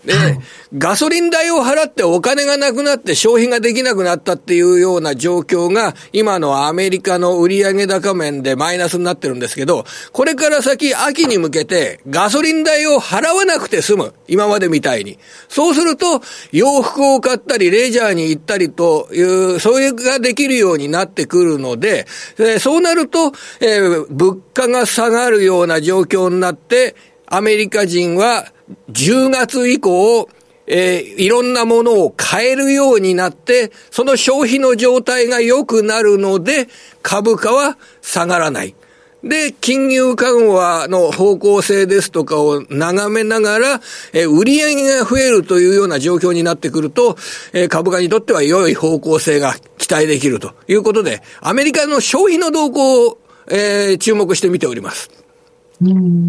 で、はい、ガソリン代を払ってお金がなくなって消費ができなくなったっていうような状況が今のアメリカの売上高面でマイナスになってるんですけど、これから先秋に向けてガソリン代を払わなくて済む。今までみたいに。そうすると洋服を買ったりレジャーに行ったりという、それができるようになってくるので、そうなると、えー、物価が下がるような状況になって、アメリカ人はじゅうがつ以降、えー、いろんなものを買えるようになって、その消費の状態が良くなるので、株価は下がらない。で、金融緩和の方向性ですとかを眺めながら、えー、売り上げが増えるというような状況になってくると、えー、株価にとっては良い方向性が期待できるということで、アメリカの消費の動向を、えー、注目して見ております。 うん、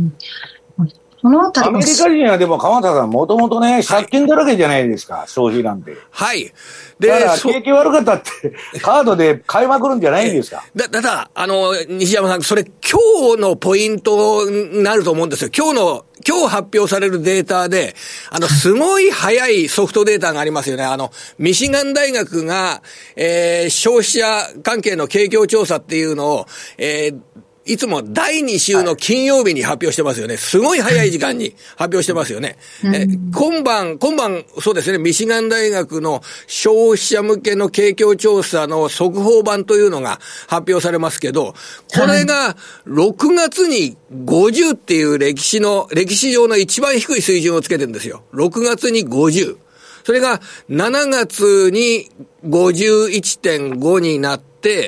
そのあたりアメリカ人はでも鎌田さんもともとね、借金だらけじゃないですか、はい、消費なんて。 はい。 で、だから景気悪かったってカードで買いまくるんじゃないんですか。 だ、だ、だ、あの、西山さん、それ今日のポイントになると思うんですよ。今日の、今日発表されるデータで、あの、すごい早いソフトデータがありますよね。あの、ミシガン大学が、えー、消費者関係の景況調査っていうのを、えー、いつもだいに週の金曜日に発表してますよね。すごい早い時間に発表してますよね。え今晩、今晩、そうですね、ミシガン大学の消費者向けの景況調査の速報版というのが発表されますけど、これがろくがつにごじゅうっていう歴史の、歴史上の一番低い水準をつけてるんですよ。ろくがつにごじゅう。それがしちがつに ごじゅういってんご になって、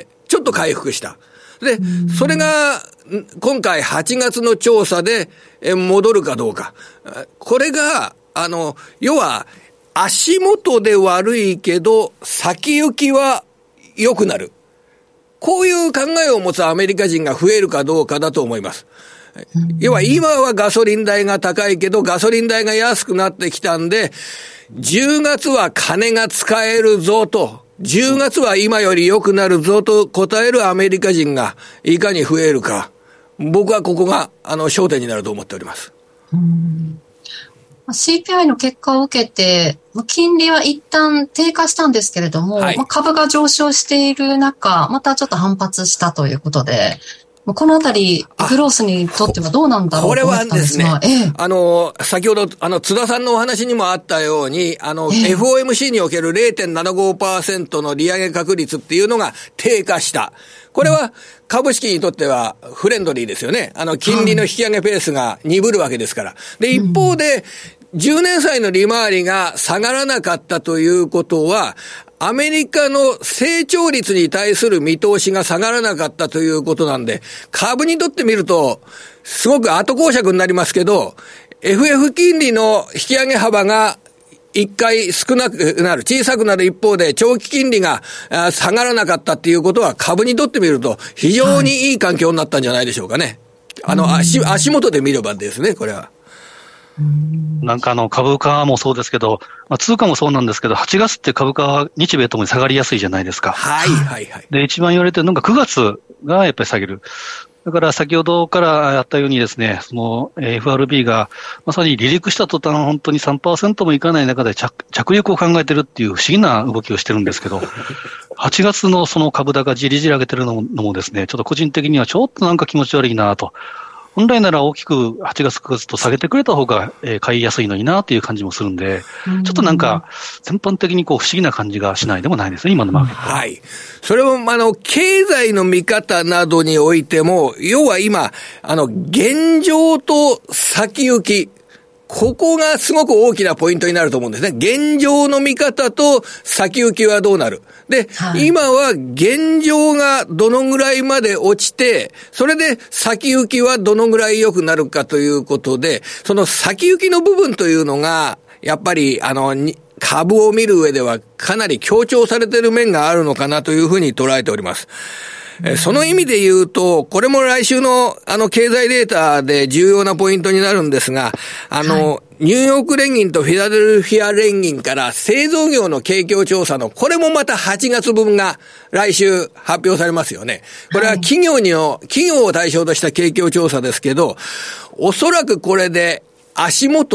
ちょっと回復した。で、それが、今回はちがつの調査で戻るかどうか。これが、あの、要は、足元で悪いけど、先行きは良くなる。こういう考えを持つアメリカ人が増えるかどうかだと思います。要は、今はガソリン代が高いけど、ガソリン代が安くなってきたんで、じゅうがつは金が使えるぞと。じゅうがつは今より良くなるぞと答えるアメリカ人がいかに増えるか。僕はここが、あの、焦点になると思っております。 うん、シーピーアイ の結果を受けて、金利は一旦低下したんですけれども、はい、まあ、株が上昇している中、またちょっと反発したということで、このあたり、グロースにとってはどうなんだろうと思ったんですが。 これはですね、ええ、あの、先ほど、あの、津田さんのお話にもあったように、あの、ええ、エフオーエムシー における れいてんななごパーセント の利上げ確率っていうのが低下した。これは株式にとってはフレンドリーですよね。あの、金利の引き上げペースが鈍るわけですから。で、一方で、じゅうねん債の利回りが下がらなかったということは、アメリカの成長率に対する見通しが下がらなかったということなんで、株にとってみると、すごく後講釈になりますけど、エフエフ 金利の引き上げ幅が一回少なくなる、小さくなる一方で、長期金利が下がらなかったっていうことは、株にとってみると、非常にいい環境になったんじゃないでしょうかね。あの、足、足元で見ればですね、これは。 なんかあの株価もそうですけど、まあ、通貨もそうなんですけど、はちがつって株価は日米ともに下がりやすいじゃないですか。 はいはいはい。 で、一番言われてるのがくがつがやっぱり下げる。だから先ほどからやったようにですね、その エフアールビー がまさに離陸した途端本当に さんパーセント もいかない中で 着, 着陸を考えてるっていう不思議な動きをしてるんですけど、はちがつのその株高じりじり上げてるのもですね、ちょっと個人的にはちょっとなんか気持ち悪いなと。本来なら大きくはちがつくがつと下げてくれた方が買いやすいのになという感じもするんで、ちょっとなんか全般的にこう不思議な感じがしないでもないですね、今のマーケットは。 はい。それもあの経済の見方などにおいても、要は今あの現状と先行き、ここがすごく大きなポイントになると思うんですね。現状の見方と先行きはどうなる。で、はい、今は現状がどのぐらいまで落ちて、それで先行きはどのぐらい良くなるかということで、その先行きの部分というのが、やっぱりあの、株を見る上ではかなり強調されている面があるのかなというふうに捉えております。その意味で言うと、これも来週のあの経済データで重要なポイントになるんですが、あの、はい、ニューヨーク連銀とフィラデルフィア連銀から製造業の景況調査の、これもまたはちがつぶんが来週発表されますよね。これは企業にの、企業を対象とした景況調査ですけど、おそらくこれで足元、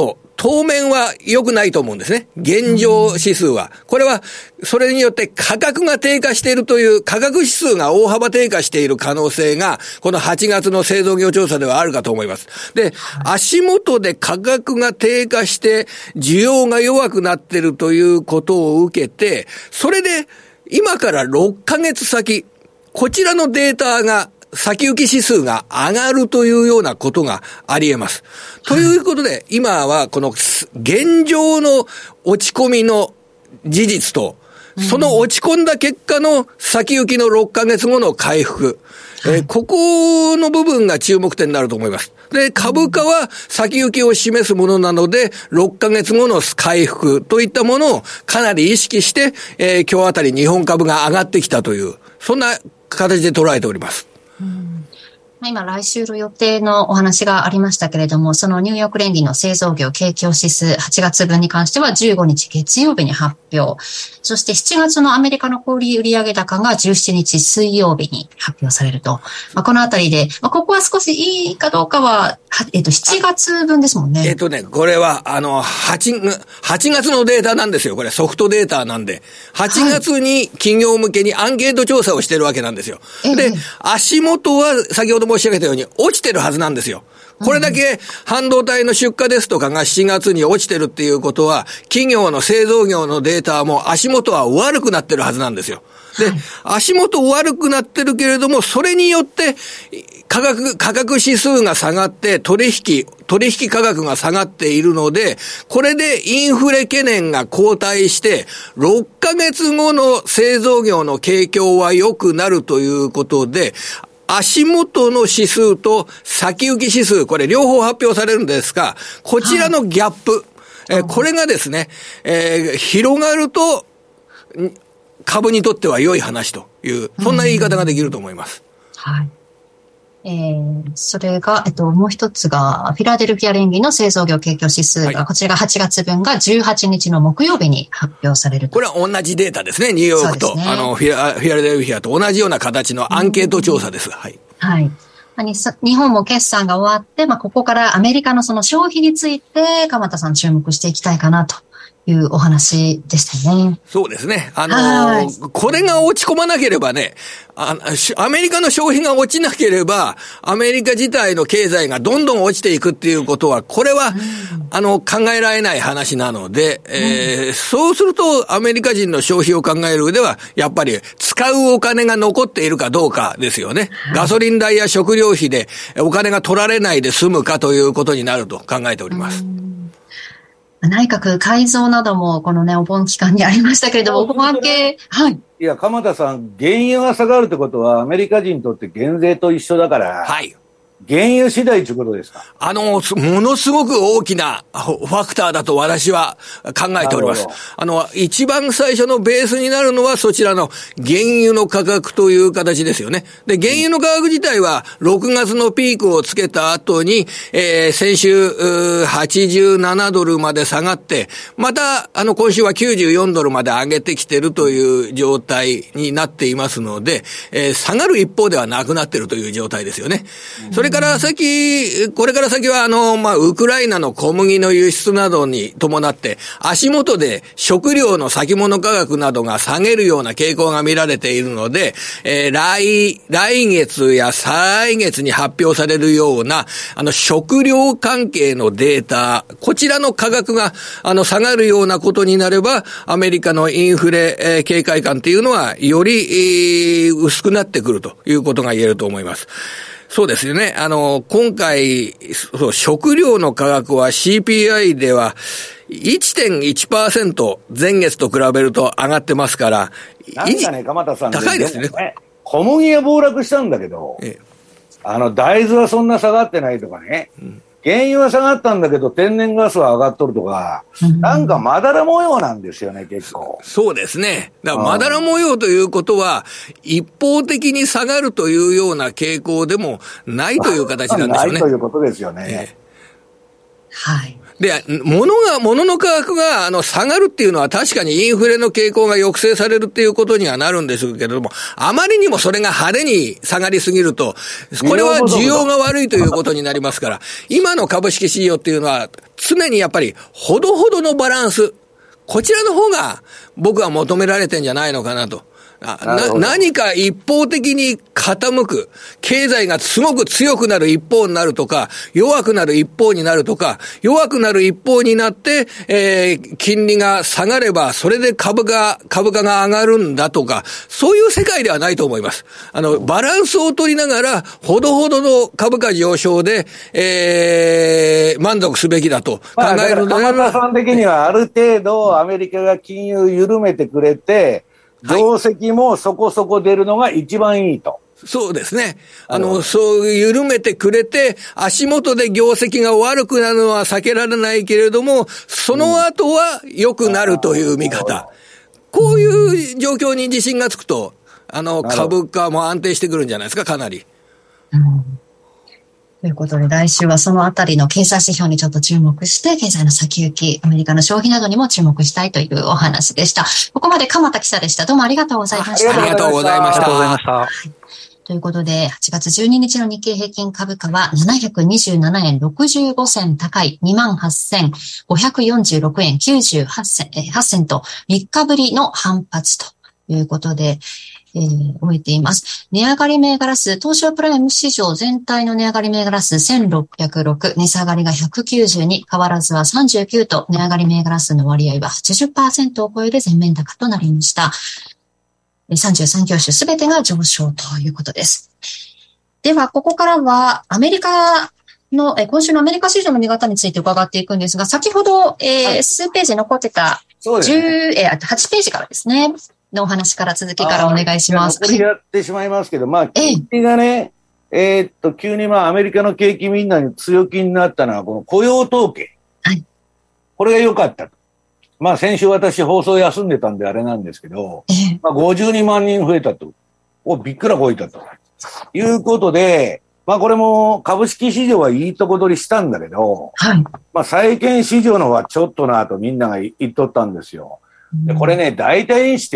当面は良くないと思うんですね。現状指数は。これは、それによって価格が低下しているという、価格指数が大幅低下している可能性が、このはちがつの製造業調査ではあるかと思います。で、足元で価格が低下して、需要が弱くなっているということを受けて、それで、今からろっかげつ先、こちらのデータが、先行き指数が上がるというようなことがあり得ます。ということで、今はこの現状の落ち込みの事実と、その落ち込んだ結果の先行きのろっかげつごの回復、えー、ここの部分が注目点になると思います。で、株価は先行きを示すものなので、ろっかげつごの回復といったものをかなり意識して、えー、今日あたり日本株が上がってきたという、そんな形で捉えております。 うん、今来週の予定のお話がありましたけれども、そのニューヨーク連銀の製造業景況指数はちがつぶんに関してはじゅうごにち月曜日に発表。そしてしちがつのアメリカの小売売上高がじゅうしちにち水曜日に発表されると。まあ、このあたりで、まあ、ここは少しいいかどうかは、えっと、しちがつぶんですもんね。 えっとね、これは、あの、8、8月のデータなんですよ。これソフトデータなんで。はちがつに企業向けにアンケート調査をしてるわけなんですよ。はい、で、足元は先ほど申し上げたように落ちてるはずなんですよ。これだけ半導体の出荷ですとかがしちがつに落ちてるっていうことは、企業の製造業のデータも足元は悪くなってるはずなんですよ。で、はい、足元悪くなってるけれども、それによって価格、価格指数が下がって取引、取引価格が下がっているので、これでインフレ懸念が後退して、ろっかげつごの製造業の景況は良くなるということで、足元の指数と先行き指数、これ両方発表されるんですが、こちらのギャップ、はい、えー、これがですね、えー、広がると、株にとっては良い話という、そんな言い方ができると思います。 うん、はい。えー、それが、えっと、もう一つが、フィラデルフィア連銀の製造業景況指数が、はい、こちらがはちがつぶんがじゅうはちにちの木曜日に発表されると。 これは同じデータですね、ニューヨークと、ね、あのフィラ、フィラデルフィアと同じような形のアンケート調査です。はい。 はい。日本も決算が終わって、まあ、ここからアメリカのその消費について、鎌田さん注目していきたいかなというお話でしたね。 そうですね。あのー、これが落ち込まなければね、あ、アメリカの消費が落ちなければ、アメリカ自体の経済がどんどん落ちていくっていうことは、これは、うん、あの、考えられない話なので、えーうん、そうすると、アメリカ人の消費を考える上では、やっぱり、使うお金が残っているかどうかですよね。はい、ガソリン代や食料費で、お金が取られないで済むかということになると考えております。うん、 内閣改造などもこのねお盆期間にありましたけれども、お盆明け、はい。 いや、鎌田さん、原油が下がるってことはアメリカ人にとって減税と一緒だから、はい。原油次第ということですか？ あの、ものすごく大きなファクターだと私は考えております。あの、一番最初のベースになるのはそちらの原油の価格という形ですよね。で、原油の価格自体はろくがつのピークをつけた後に、えー、先週はちじゅうななドルまで下がって、また、あの、今週はきゅうじゅうよんドルまで上げてきてるという状態になっていますので、えー、下がる一方ではなくなっているという状態ですよね。それから先、これから先はあの、まあ、ウクライナの小麦の輸出などに伴って、足元で食料の先物価格などが下げるような傾向が見られているので、えー、来、来月や再来月に発表されるような、あの、食料関係のデータ、こちらの価格が、あの、下がるようなことになれば、アメリカのインフレ、えー、警戒感っていうのは、より、えー、薄くなってくるということが言えると思います。そうですよね。あの、今回、そう、食料の価格は シーピーアイ では いってんいちパーセント 前月と比べると上がってますから、 なんかね、鎌田さん、 高いですね。 ね、小麦は暴落したんだけど、ええ、あの、大豆はそんな下がってないとかね、うん、原油は下がったんだけど天然ガスは上がっとるとか、うん、なんかまだら模様なんですよね、結構。 そうですね。だからまだら模様ということは、一方的に下がるというような傾向でもないという形なんでしょうね。 ないということですよね。えー、 はい。 で、物が、物の価格が、あの、下がるっていうのは確かにインフレの傾向が抑制されるっていうことにはなるんでしょうけれども、あまりにもそれが派手に下がりすぎると、これは需要が悪いということになりますから、今の株式市場っていうのは、常にやっぱり、ほどほどのバランス、こちらの方が僕は求められてんじゃないのかなと。な何か一方的に傾く、経済がすごく強くなる一方になるとか、弱くなる一方になるとか、弱くなる一方になって、えー、金利が下がれば、それで株が、株価が上がるんだとか、そういう世界ではないと思います。あの、バランスを取りながら、ほどほどの株価上昇で、えー、満足すべきだと考えるのであれば。 鎌田さん的にはある程度アメリカが金融を緩めてくれて、業績もそこそこ出るのが一番いいと。 そうですね。あの、そう緩めてくれて、足元で業績が悪くなるのは避けられないけれども、その後は良くなるという見方。こういう状況に自信がつくと、あの、株価も安定してくるんじゃないですか、かなり。 うんということで、来週はそのあたりの経済指標にちょっと注目して、経済の先行き、アメリカの消費などにも注目したいというお話でした。ここまで鎌田記者でした。どうもありがとうございました。 ありがとうございました。ありがとうございました。はい、 ということで、はちがつじゅうににちの日経平均株価はななひゃくにじゅうななえんろくじゅうごせん高い にまんはっせんごひゃくよんじゅうろくえんきゅうじゅうはちせんとみっかぶりの反発ということで、えー、終えています。値上がり銘柄数、東証プライム市場全体の値上がり銘柄数せんろっぴゃくろく、値下がりがひゃくきゅうじゅうに、変わらずはさんじゅうきゅうと、値上がり銘柄数の割合は はちじゅっパーセント を超える全面高となりました。さんじゅうさん業種すべてが上昇ということです。では、ここからはアメリカの、え今週のアメリカ市場の見方について伺っていくんですが、先ほど、えーはい、数ページ残ってたじゅう、ねえー、あとはちページからですね。のお話から続きからお願いします。 これやってしまいますけど、まあ、金利がね、えー、っと、急にまあ、アメリカの景気みんなに強気になったのは、この雇用統計。はい。これが良かったと。まあ、先週私放送休んでたんであれなんですけど、えー、まあ、ごじゅうにまんにん増えたと。お、びっくらこいたと。いうことで、まあ、これも株式市場はいいとこ取りしたんだけど、はい。まあ、債券市場の方はちょっとなとみんなが言っとったんですよ。でこれね、大体にして、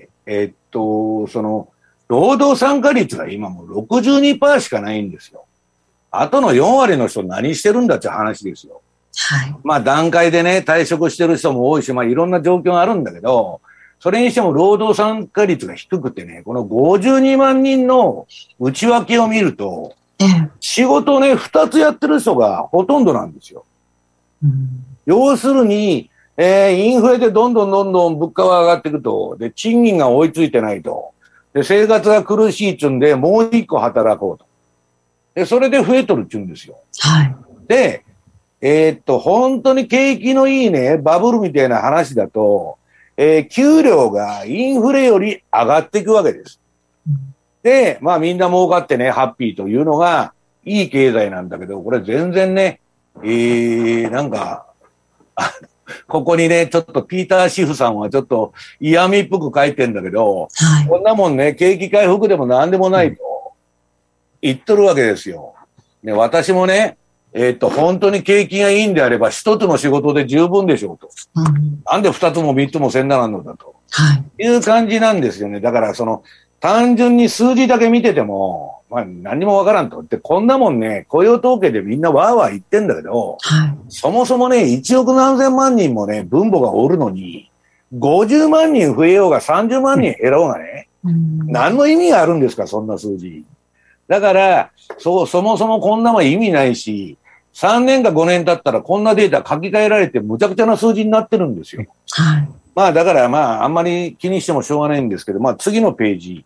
えー、っと、その、労働参加率が今もう ろくじゅうにパーセント しかないんですよ。あとのよんわりの人何してるんだって話ですよ。はい。まあ段階でね、退職してる人も多いし、まあいろんな状況があるんだけど、それにしても労働参加率が低くてね、このごじゅうにまんにんの内訳を見ると、ええ、仕事ね、二つやってる人がほとんどなんですよ。うん、要するに、えー、インフレでどんどんどんどん物価が上がっていくと、で、賃金が追いついてないと。で、生活が苦しいっちゅうんで、もう一個働こうと。で、それで増えとるっちゅうんですよ。はい。で、えー、っと、本当に景気のいいね、バブルみたいな話だと、えー、給料がインフレより上がっていくわけです。うん、で、まあみんな儲かってね、ハッピーというのが、いい経済なんだけど、これ全然ね、えー、なんか、ここにね、ちょっとピーター・シフさんはちょっと嫌味っぽく書いてんだけど、はい、こんなもんね、景気回復でも何でもないと言っとるわけですよ。ね、私もね、えー、っと、本当に景気がいいんであれば一つの仕事で十分でしょうと。うん、なんで二つも三つもせんならんのだと。はい。いう感じなんですよね。だからその、単純に数字だけ見てても、まあ何にもわからんと。で、こんなもんね、雇用統計でみんなわーわー言ってんだけど、はい、そもそもね、いちおくなんぜん万人もね、分母がおるのに、ごじゅうまんにん増えようがさんじゅうまんにん減ろうがね、うん、何の意味があるんですか、そんな数字。だから、そう、そもそもこんなもん意味ないし、さんねんかごねん経ったらこんなデータ書き換えられてむちゃくちゃな数字になってるんですよ。はい。まあだからまああんまり気にしてもしょうがないんですけど、まあ次のページ。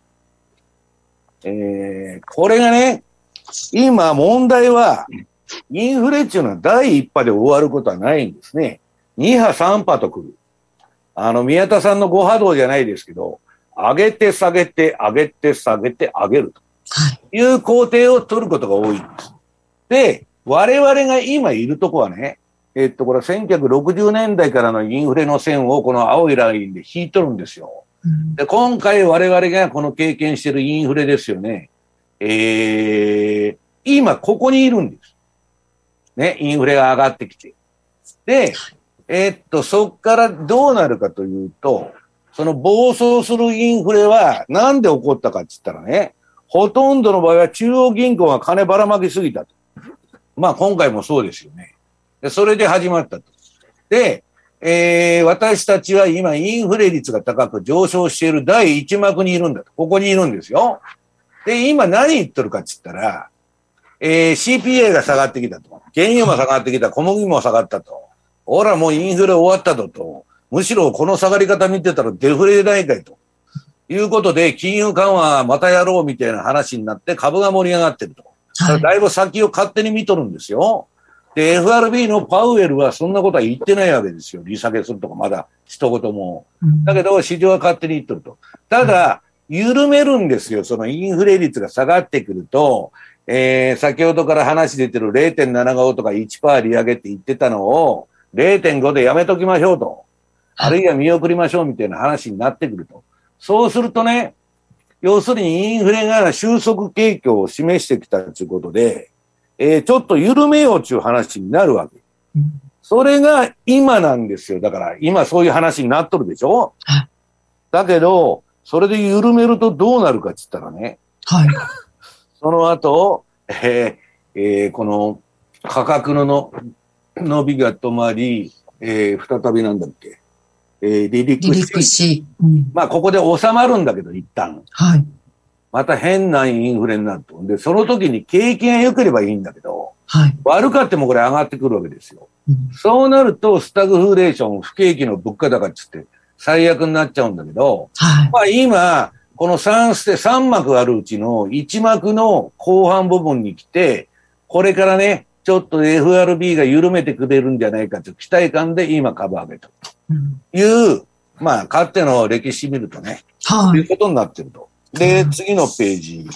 えー、これがね、今問題は、インフレっていうのは第一波で終わることはないんですね。に波さん波と来る。あの、宮田さんのご波動じゃないですけど、上げて下げて、上げて下げて上げると。はい。いう工程を取ることが多いんです。で、我々が今いるとこはね、えっと、これせんきゅうひゃくろくじゅうねんだいからのインフレの線をこの青いラインで引いとるんですよ。で、今回我々がこの経験しているインフレですよね。えー、今ここにいるんです。ね、インフレが上がってきて。 で、えー、っと、そっからどうなるかというと、その暴走するインフレはなんで起こったかって言ったらね、ほとんどの場合は中央銀行が金ばらまきすぎたと。まあ今回もそうですよね。で、それで始まったと。で、えー、私たちは今インフレ率が高く上昇している第一幕にいるんだと。ここにいるんですよ。で、今何言ってるかって言ったら、えー、シーピーアイ が下がってきたと。原油も下がってきた。小麦も下がったと。ほらもうインフレ終わったとと。むしろこの下がり方見てたらデフレないかいと。いうことで、金融緩和またやろうみたいな話になって株が盛り上がってると。はい、だいぶ先を勝手に見とるんですよ。で、エフアールビー のパウエルはそんなことは言ってないわけですよ。利下げするとかまだ一言も。だけど市場は勝手に言ってると。ただ、緩めるんですよ。そのインフレ率が下がってくると、えー、先ほどから話出てる れいてんななご とか いちパーセント 利上げって言ってたのを れいてんご でやめときましょうと。あるいは見送りましょうみたいな話になってくると。そうするとね、要するにインフレが収束傾向を示してきたということで、えー、ちょっと緩めようという話になるわけ。うん、それが今なんですよ。だから今そういう話になっとるでしょ。だけど、それで緩めるとどうなるかって言ったらね。はい。その後、えーえー、この価格のの伸びが止まり、えー、再びなんだっけ。えー、離陸し。離陸し。うん、まあ、ここで収まるんだけど、一旦。はい。また変なインフレになると。で、その時に景気が良ければいいんだけど、はい。悪かってもこれ上がってくるわけですよ。うん、そうなると、スタグフレーション、不景気の物価高っつって最悪になっちゃうんだけど、はい。まあ今、このさんステ、さん幕あるうちのいち幕の後半部分に来て、これからね、ちょっと エフアールビー が緩めてくれるんじゃないかという期待感で今株上げたという、うん、まあ、かつての歴史見るとね、はい。ということになってると。で、次のページ。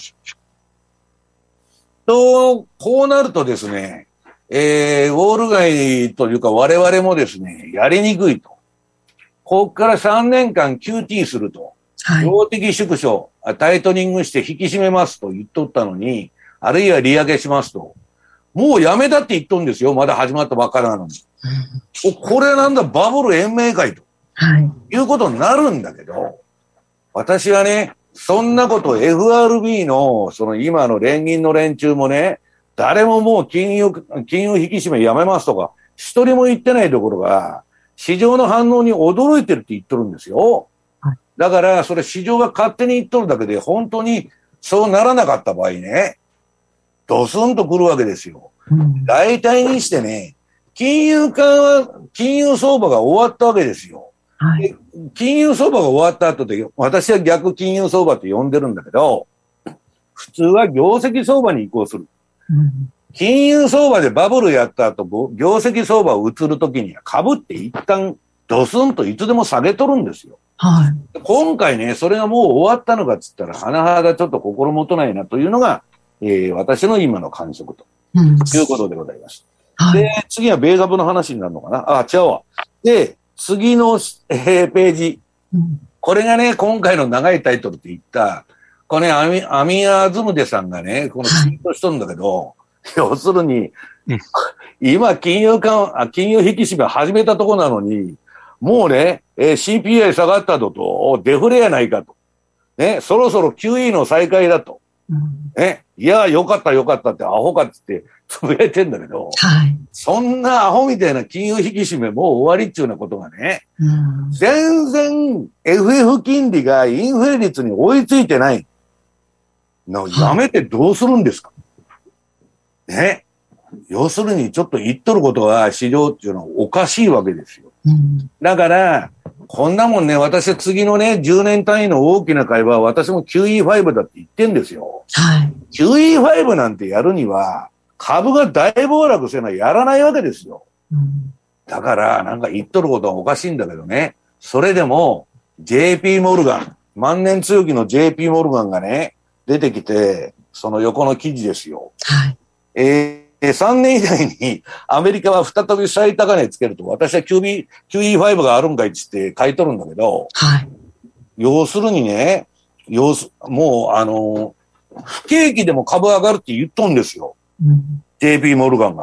と、こうなるとですね、えー、ウォール街というか我々もですね、やりにくいと。ここからさんねんかん キューティー すると。はい。量的縮小、タイトニングして引き締めますと言っとったのに、あるいは利上げしますと。もうやめたって言っとるんですよ。まだ始まったばっかりなのに。うん、これなんだ、バブル延命会と。はい。いうことになるんだけど、私はね、そんなこと エフアールビー の、その今の連銀の連中もね、誰ももう金融、金融引き締めやめますとか、一人も言ってないところが、市場の反応に驚いてるって言っとるんですよ。はい、だから、それ市場が勝手に言っとるだけで、本当にそうならなかった場合ね、ドスンと来るわけですよ。うん、大体にしてね、金融緩和、金融相場が終わったわけですよ。はい、金融相場が終わった後で、私は逆金融相場って呼んでるんだけど、普通は業績相場に移行する。うん、金融相場でバブルやった後、業績相場を移るときには株って一旦ドスンといつでも下げとるんですよ。はい、今回ね、それがもう終わったのかっつったら、甚だちょっと心もとないなというのが、えー、私の今の観測と、うん、いうことでございます。はい、で、次は米株の話になるのかな。あ、違うわ。で、次の、えー、ページ、うん。これがね、今回の長いタイトルって言った、これね、アミ、アミアズムデさんがね、このツイートしとるんだけど、はい、要するに、うん、今、金融緩和、金融引き締め始めたとこなのに、もうね、えー、シーピーアイ 下がったとと、デフレやないかと。ね、そろそろ キューイー の再開だと。うん、ね、いや、よかったよかったってアホかって言って、つぶやいてんだけど、はい、そんなアホみたいな金融引き締めもう終わりっちゅうようなことがね、うん、全然 エフエフ 金利がインフレ率に追いついてないのやめてどうするんですか、はい、ね。要するにちょっと言っとることは市場っていうのはおかしいわけですよ。うん、だから、こんなもんね、私は次のね、じゅうねん単位の大きな会話は私も キューイーファイブ だって言ってんですよ。はい。キューイーファイブ なんてやるには、株が大暴落せなやらないわけですよ。うん、だから、なんか言っとることはおかしいんだけどね。それでも、ジェーピー モルガン、万年強気の ジェーピー モルガンがね、出てきて、その横の記事ですよ。はい。えーさんねん以内にアメリカは再び最高値つけると、私は キュービー、キューイーファイブ があるんかいっつって書いとるんだけど、はい。要するにね、要す、もうあの、不景気でも株上がるって言っとんですよ。うん、ジェーピー モルガンが。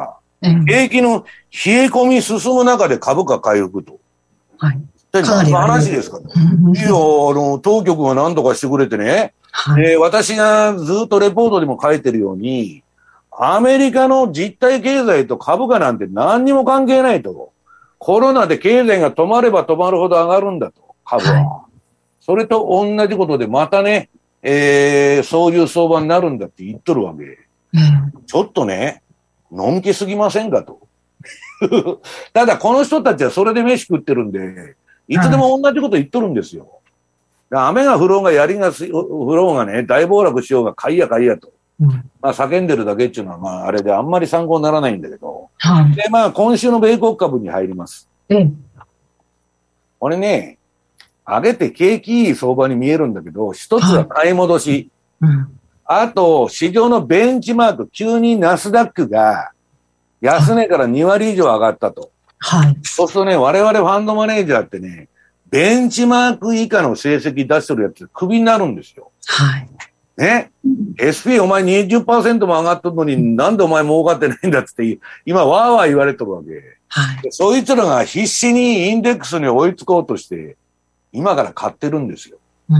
景気の冷え込み進む中で株価回復と。はい。何の話ですかね。いや、あの、当局が何とかしてくれてね。はい、で、私がずっとレポートでも書いてるように、アメリカの実体経済と株価なんて何にも関係ないと。コロナで経済が止まれば止まるほど上がるんだと、株は。はい、それと同じことでまたね、えー、そういう相場になるんだって言っとるわけ。うん、ちょっとね、のんきすぎませんかと。ただこの人たちはそれで飯食ってるんで、いつでも同じこと言っとるんですよ。雨が降ろうが槍が降ろうがね、大暴落しようが買いや買いやと。うん、まあ叫んでるだけっていうのはまああれであんまり参考にならないんだけど。はい、でまあ今週の米国株に入ります。うん、これね、上げて景気いい相場に見えるんだけど、一つは買い戻し。はいうん、あと、市場のベンチマーク、急にナスダックが安値からに割以上上がったと。はい。そうするとね、我々ファンドマネージャーってね、ベンチマーク以下の成績出してるやつ、クビになるんですよ。はい。ね。エスピー お前 にじゅっパーセント も上がっとるのに、なんでお前儲かってないんだっつって、今わーわー言われてるわけ。はい。そいつらが必死にインデックスに追いつこうとして、今から買ってるんですよ。うん。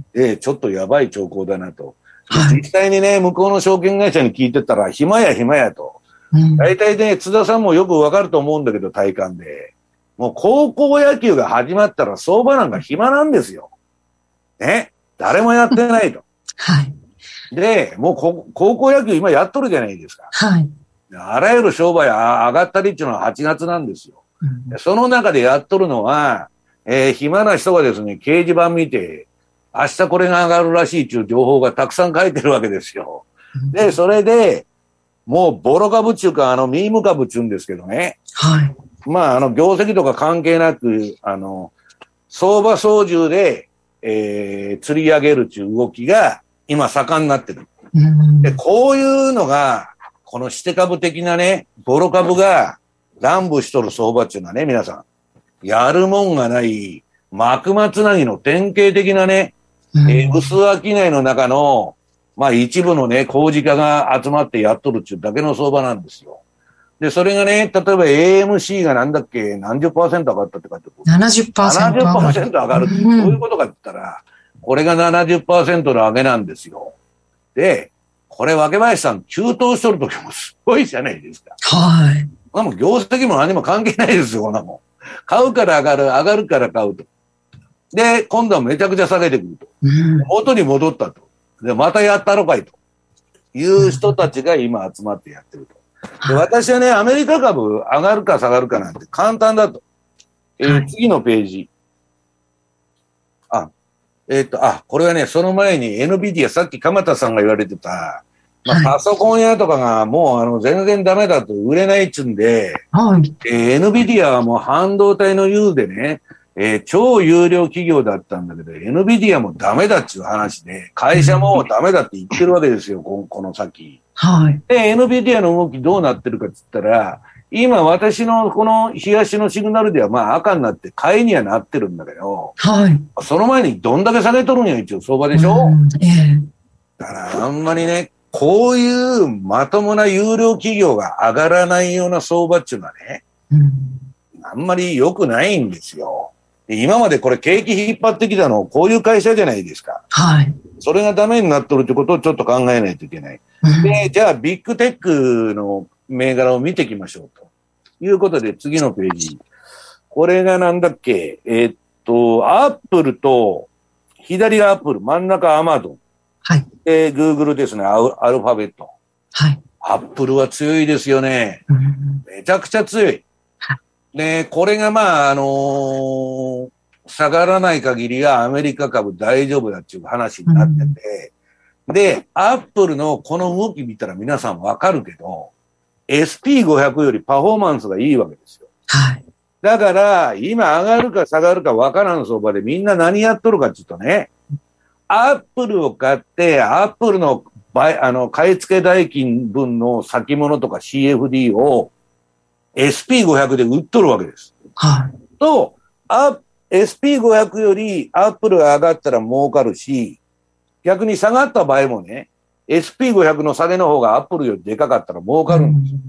で、ちょっとやばい兆候だなと。はい、実際にね、向こうの証券会社に聞いてたら、暇や暇やと。うん、大体ね、津田さんもよくわかると思うんだけど、体感で。もう高校野球が始まったら相場なんか暇なんですよ。ね。誰もやってないと。はい。で、もうこ高校野球今やっとるじゃないですか。はい。あらゆる商売上がったりっていうのははちがつなんですよ。うん、その中でやっとるのは、えー、暇な人がですね、掲示板見て、明日これが上がるらしいっていう情報がたくさん書いてるわけですよ。で、それで、もうボロ株っていうか、あの、ミーム株っていうんですけどね。はい。まあ、あの、業績とか関係なく、あの、相場操縦で、えー、釣り上げるっていう動きが、今盛んになってる。で、こういうのが、このして株的なね、ボロ株が乱舞しとる相場っていうのはね、皆さん、やるもんがない、幕末なぎの典型的なね、えー、薄商いの中の、まあ一部のね、工事家が集まってやっとるっていうだけの相場なんですよ。で、それがね、例えば エーエムシー がなんだっけ、何十パーセント上がったって書いてある。ななじゅっパーセント。ななじゅっパーセント 上がるって、どういうことかって言ったら、これが ななじゅっパーセント の上げなんですよ。で、これ、若林さん、急騰しとる時もすごいじゃないですか。はい。こんなもん業績も何も関係ないですよ、こんなもん。買うから上がる、上がるから買うと。で、今度はめちゃくちゃ下げてくると。うん、元に戻ったと。で、またやったのかいと。いう人たちが今集まってやってると。で、私はね、アメリカ株上がるか下がるかなんて簡単だと。えーはい、次のページ。あ、えっと、あ、これはね、その前に エヌビディア、さっき鎌田さんが言われてた、まあ、パソコン屋とかがもうあの全然ダメだと売れないっちゅんで、はい、えー、エヌビディアはもう半導体の優でね、えー、超有料企業だったんだけど、エヌビディアもダメだっていう話で、会社もダメだって言ってるわけですよ、こ, この先。はい。で、エヌビディアの動きどうなってるかって言ったら、今私のこの冷やしのシグナルではまあ赤になって買いにはなってるんだけど、はい。その前にどんだけ下げとるんや、一応相場でしょ、うんええ、だからあんまりね、こういうまともな有料企業が上がらないような相場っていうのはね、うん、あんまり良くないんですよ。今までこれ景気引っ張ってきたのこういう会社じゃないですか。はい。それがダメになっとるってことをちょっと考えないといけない。うん、で、じゃあビッグテックの銘柄を見ていきましょうということで次のページ。これがなんだっけ、えー、っと、アップルと、左がアップル、真ん中アマゾン。はい。で、グーグルですね、アルファベット。はい。アップルは強いですよね。うん、めちゃくちゃ強い。で、これがまあ、あのー、下がらない限りはアメリカ株大丈夫だっていう話になってて、うん、で、アップルのこの動き見たら皆さんわかるけど、エスピーごひゃく よりパフォーマンスがいいわけですよ。はい。だから、今上がるか下がるかわからん相場でみんな何やっとるかっていうとね、アップルを買って、アップルの買、あの、買い付け代金分の先物とか シーエフディー をエスピーごひゃく で売っとるわけです。はい。と、エスピーごひゃく よりアップルが上がったら儲かるし、逆に下がった場合もね、エスピーごひゃく の下げの方がアップルよりでかかったら儲かるんですよ。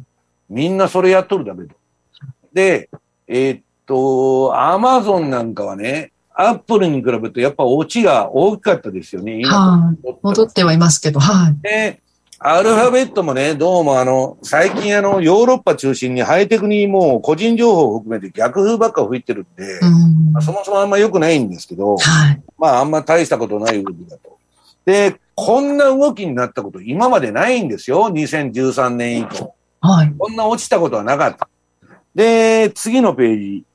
みんなそれやっとるだけと。で、えー、っと、アマゾンなんかはね、アップルに比べるとやっぱ落ちが大きかったですよね。今はあ、戻ってはいますけど、はい。 で、アルファベットもね、どうもあの、最近あの、ヨーロッパ中心にハイテクにもう個人情報を含めて逆風ばっか吹いてるんで、うんまあ、そもそもあんま良くないんですけど、はい、まああんま大したことない動きだと。で、こんな動きになったこと今までないんですよ。にせんじゅうさんねん以降。はい。こんな落ちたことはなかった。で、次のページ。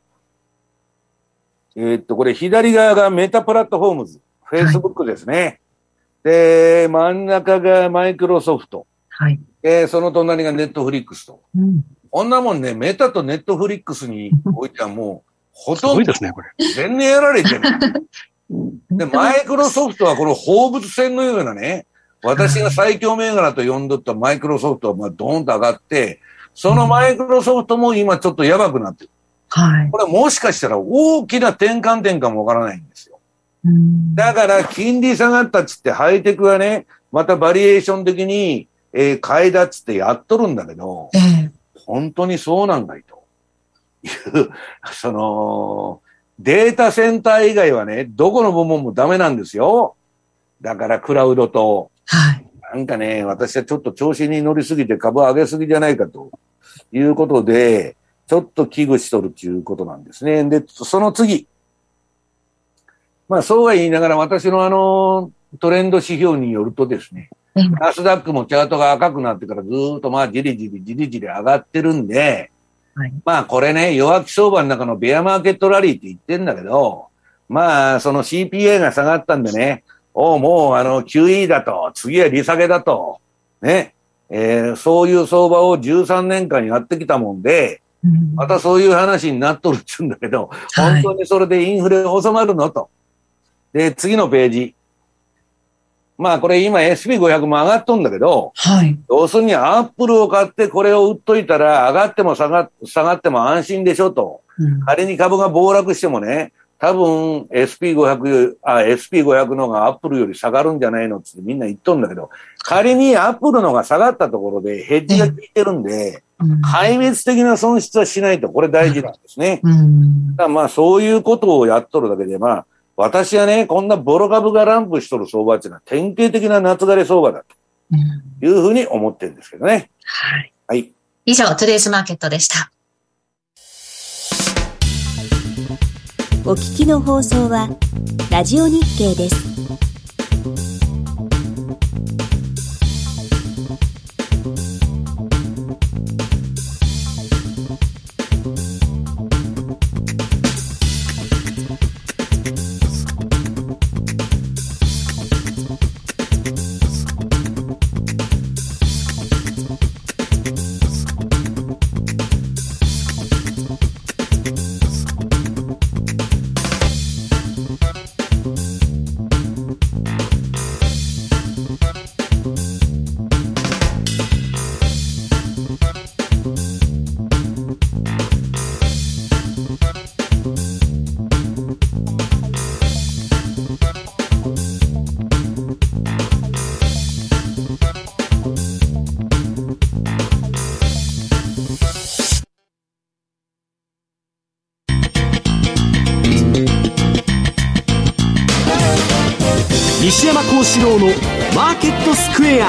えー、っと、これ左側がメタプラットフォームズ。フェイスブックですね。はい、で、真ん中がマイクロソフト。はい。で、その隣がネットフリックスと。うん。こんなもんね、メタとネットフリックスにおいてはもう、ほとんど。すごいですね、これ。全然やられてる。で、マイクロソフトはこの放物線のようなね、私が最強銘柄と呼んどったマイクロソフトはまあドーンと上がって、そのマイクロソフトも今ちょっとやばくなってる。はい。これもしかしたら大きな転換点かもわからないんですよ。だから金利下がったっつってハイテクはね、またバリエーション的に、えー、買いだっつってやっとるんだけど、えー、本当にそうなんだいという、その、データセンター以外はね、どこの部門もダメなんですよ。だからクラウドと、はい、なんかね、私はちょっと調子に乗りすぎて株上げすぎじゃないかということで、ちょっと危惧しとるということなんですね。で、その次。まあそうは言いながら私のあのトレンド指標によるとですね、うん、ナスダックもチャートが赤くなってからずーっとまあじりじりじりじり上がってるんで、はい、まあこれね、弱気相場の中のベアマーケットラリーって言ってんだけど、まあその シーピーアイ が下がったんでね、おうもうあの キューイー だと、次は利下げだと、ね、えー、そういう相場をじゅうさんねんかんやってきたもんで、うん、またそういう話になっとるって言うんだけど、はい、本当にそれでインフレ収まるのと。で、次のページ。まあこれ今 エスピーごひゃく も上がっとんだけど、はい。要するにアップルを買ってこれを売っといたら上がっても下が、下がっても安心でしょと。うん、仮に株が暴落してもね、多分 エスピーごひゃく、あ、エスピーごひゃく の方がアップルより下がるんじゃないのってみんな言っとんだけど、仮にアップルの方が下がったところでヘッジが効いてるんで、うん、壊滅的な損失はしないと、これ大事なんですね。うん、だからまあそういうことをやっとるだけで、まあ、私はね、こんなボロ株がランプしとる相場っていうのは典型的な夏枯れ相場だというふうに思ってるんですけどね。 はい。 はい。 以上、トゥデイズマーケットでした。 お聞きの放送はラジオ日経です。 西山幸四郎のマーケットスクエア。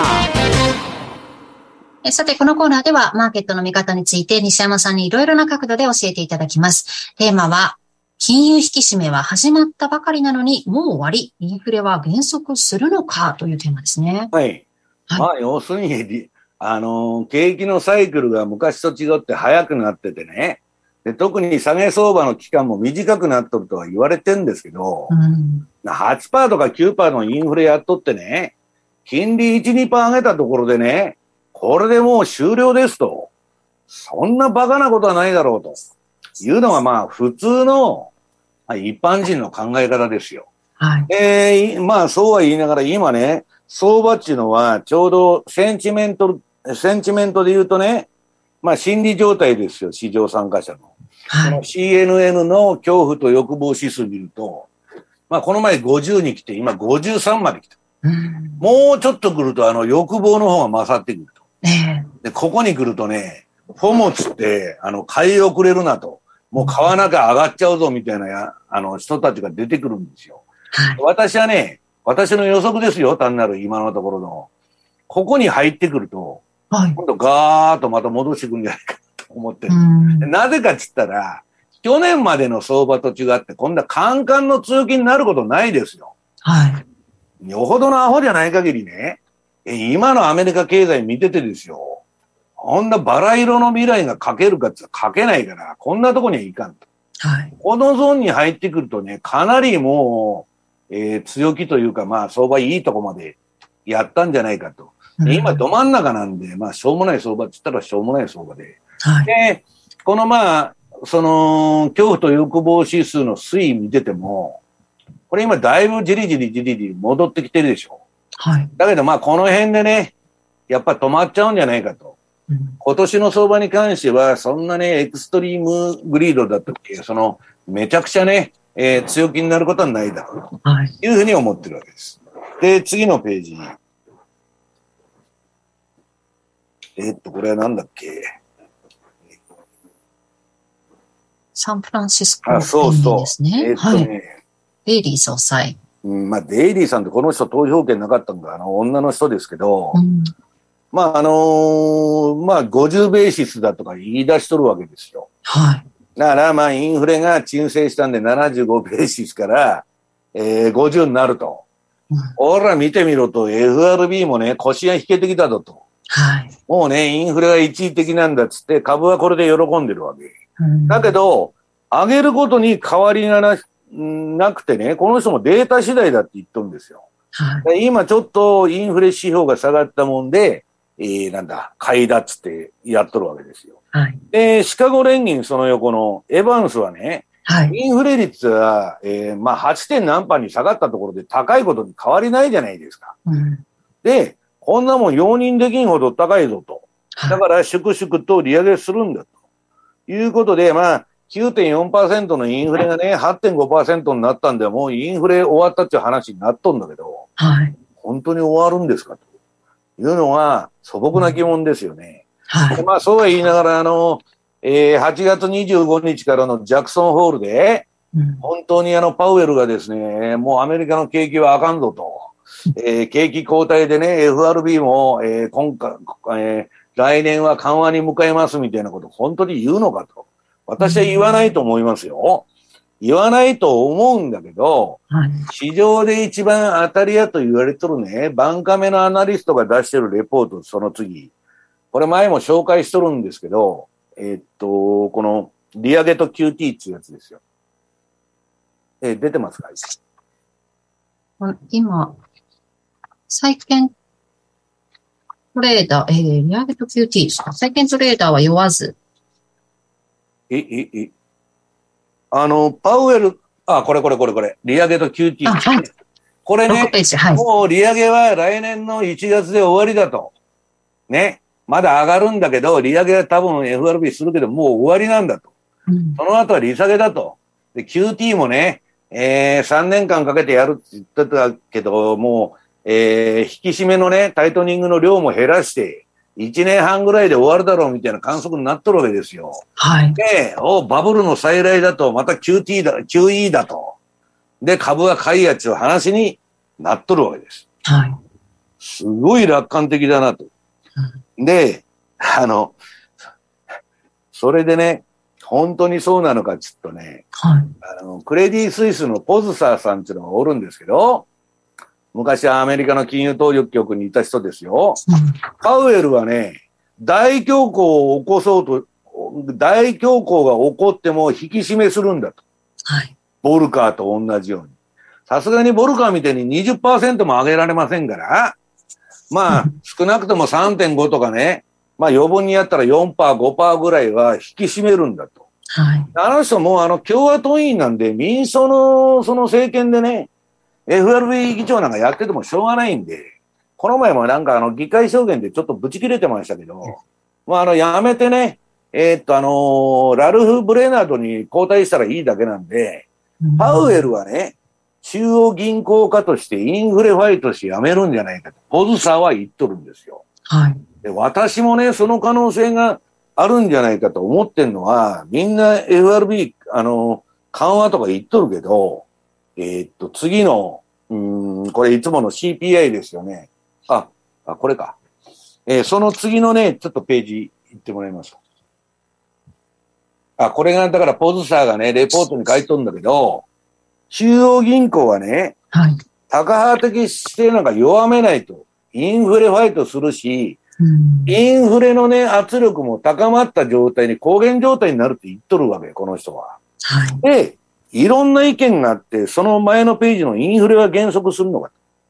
さて、このコーナーではマーケットの見方について西山さんにいろいろな角度で教えていただきます。テーマは、金融引き締めは始まったばかりなのにもう終わり、インフレは減速するのかというテーマですね。 はい。はい、まあ、要するに、あの、景気のサイクルが昔と違って早くなっててね。で、特に下げ相場の期間も短くなっとるとは言われてるんですけど、うん、はちパーセント とか きゅうパーセント のインフレやっとってね、金利いち、にパーセント 上げたところでね、これでもう終了ですと。そんなバカなことはないだろうというのがまあ普通の一般人の考え方ですよ。はい。えー、まあそうは言いながら今ね、相場っていうのはちょうどセンチメント、センチメントで言うとね、まあ心理状態ですよ、市場参加者の。はい、この シーエヌエヌ の恐怖と欲望指数見ると、まあこの前ごじゅうに来て今ごじゅうさんまで来た。うん、もうちょっと来るとあの欲望の方が勝ってくると。えー、で、ここに来るとね、 フォモツって、あの、買い遅れるなと。もう買わなきゃ上がっちゃうぞみたいなや、あの、人たちが出てくるんですよ。はい、私はね、私の予測ですよ、単なる今のところの。ここに入ってくると、はい、今度ガーッとまた戻してくるんじゃないかと思ってる。なぜかって言ったら、去年までの相場と違って、今度はカンカンの強気になることないですよ。はい。よほどのアホじゃない限りね、今のアメリカ経済見ててですよ。こんなバラ色の未来が書けるかって言ったら書けないから、こんなとこにはいかんと。はい。このゾーンに入ってくるとね、かなりもう、えー、強気というか、まあ、相場いいとこまでやったんじゃないかと。うん、今、ど真ん中なんで、まあ、しょうもない相場って言ったらしょうもない相場で。はい。で、このまあ、その、恐怖と欲望指数の推移見てても、これ今、だいぶじりじりじりじり戻ってきてるでしょ。はい。だけど、まあ、この辺でね、やっぱ止まっちゃうんじゃないかと。うん、今年の相場に関しては、そんなね、エクストリームグリードだったっけ、その、めちゃくちゃね、えー、強気になることはないだろうというふうに思ってるわけです。で、次のページ。えー、っと、これはなんだっけ。 サンフランシスコですね。あ、そうそう。 えー、っとね、はい、デイリー総裁。 うん、まあ、デイリーさんってこの人投票権なかったんだ。あの、女の人ですけど、うん、まあ、あのー、まあ、ごじゅうベーシスだとか言い出しとるわけですよ。はい。だから、まあ、インフレが沈静したんでななじゅうごベーシスから、えー、ごじゅうになると。うん、ほら、見てみろと、エフアールビー もね、腰が引けてきたぞと。はい。もうね、インフレが一時的なんだっつって、株はこれで喜んでるわけ。うん、だけど、上げることに変わりがな、なくてね、この人もデータ次第だって言っとるんですよ。はい。今ちょっとインフレ指標が下がったもんで、えー、なんだ、買いだっつってやっとるわけですよ。はい。で、シカゴ連銀その横のエバンスはね、はい。インフレ率は、えー、まあ、はちてん何パーに下がったところで高いことに変わりないじゃないですか。うん。で、こんなもん容認できんほど高いぞと。はい。だから粛々と利上げするんだと。いうことで、まあ、きゅうてんよんパーセント のインフレがね、はってんごパーセント になったんで、もうインフレ終わったっていう話になっとんだけど、はい。本当に終わるんですかというのは素朴な疑問ですよね。はい。まあ、そうは言いながら、あの、えー、はちがつにじゅうごにちからのジャクソンホールで、うん、本当にあの、パウエルがですね、もうアメリカの景気はあかんぞと、えー、景気後退でね、エフアールビー も、えー、今回、えー、来年は緩和に向かいますみたいなこと、本当に言うのかと。私は言わないと思いますよ。言わないと思うんだけど、はい、市場で一番当たり屋と言われてるね、バンカメのアナリストが出してるレポート、その次。これ前も紹介しとるんですけど、えー、っと、この、利上げと キューティー っていうやつですよ。えー、出てますか？ 今、債券トレーダー、えー、利上げと キューティー ですか？債券トレーダーは酔わず。 え、え、え、あの、パウエル、あ、これこれこれこれ、利上げと キューティー。 はい。 これね、はい、もう利上げは来年のいちがつで終わりだと。ね。まだ上がるんだけど、利上げは多分 エフアールビー するけど、もう終わりなんだと。うん、その後は利下げだと。で、キューティー もね、えー、さんねんかんかけてやるって言ってたけど、もう、えー、引き締めのね、タイトニングの量も減らして、いちねんはんぐらいで終わるだろうみたいな観測になっとるわけですよ。はい。で、お、バブルの再来だと、また キューティー だ、キューイー だと。で、株は買いやっちゅう話になっとるわけです。はい。すごい楽観的だなと。うん、で、あの、それでね、本当にそうなのかちょっとね、はい。あの、クレディ・スイスのポズサーさんっていうのがおるんですけど、昔はアメリカの金融当局にいた人ですよ。うん、パウエルはね、大恐慌を起こそうと、大恐慌が起こっても引き締めするんだと。はい。ボルカーと同じように。さすがにボルカーみたいに にじゅっパーセント も上げられませんから、まあ、少なくとも さんてんご とかね、まあ余分にやったら よんパーセント、ごパーセント ぐらいは引き締めるんだと。はい。あの人もあの共和党員なんで民主党のその政権でね、エフアールビー 議長なんかやっててもしょうがないんで、この前もなんかあの議会証言でちょっとブチ切れてましたけど、まああのやめてね、えー、っとあのー、ラルフ・ブレナードに交代したらいいだけなんで、パウエルはね、中央銀行家としてインフレファイトしてやめるんじゃないかと、ポズサーは言っとるんですよ。はい。で、私もね、その可能性があるんじゃないかと思ってんのは、みんな エフアールビー、あの、緩和とか言っとるけど、えー、っと、次の、うーん、これいつもの シーピーアイ ですよね。あ、あ、これか。えー、その次のね、ちょっとページ行ってもらいます。あ、これが、だからポズサーがね、レポートに書いとるんだけど、中央銀行はね、はい、タカ派的姿勢なんか弱めないと、インフレファイトするし、うん、インフレのね、圧力も高まった状態に、高原状態になるって言っとるわけよ、この人は。はい、で、いろんな意見があって、その前のページのインフレは減速するのか。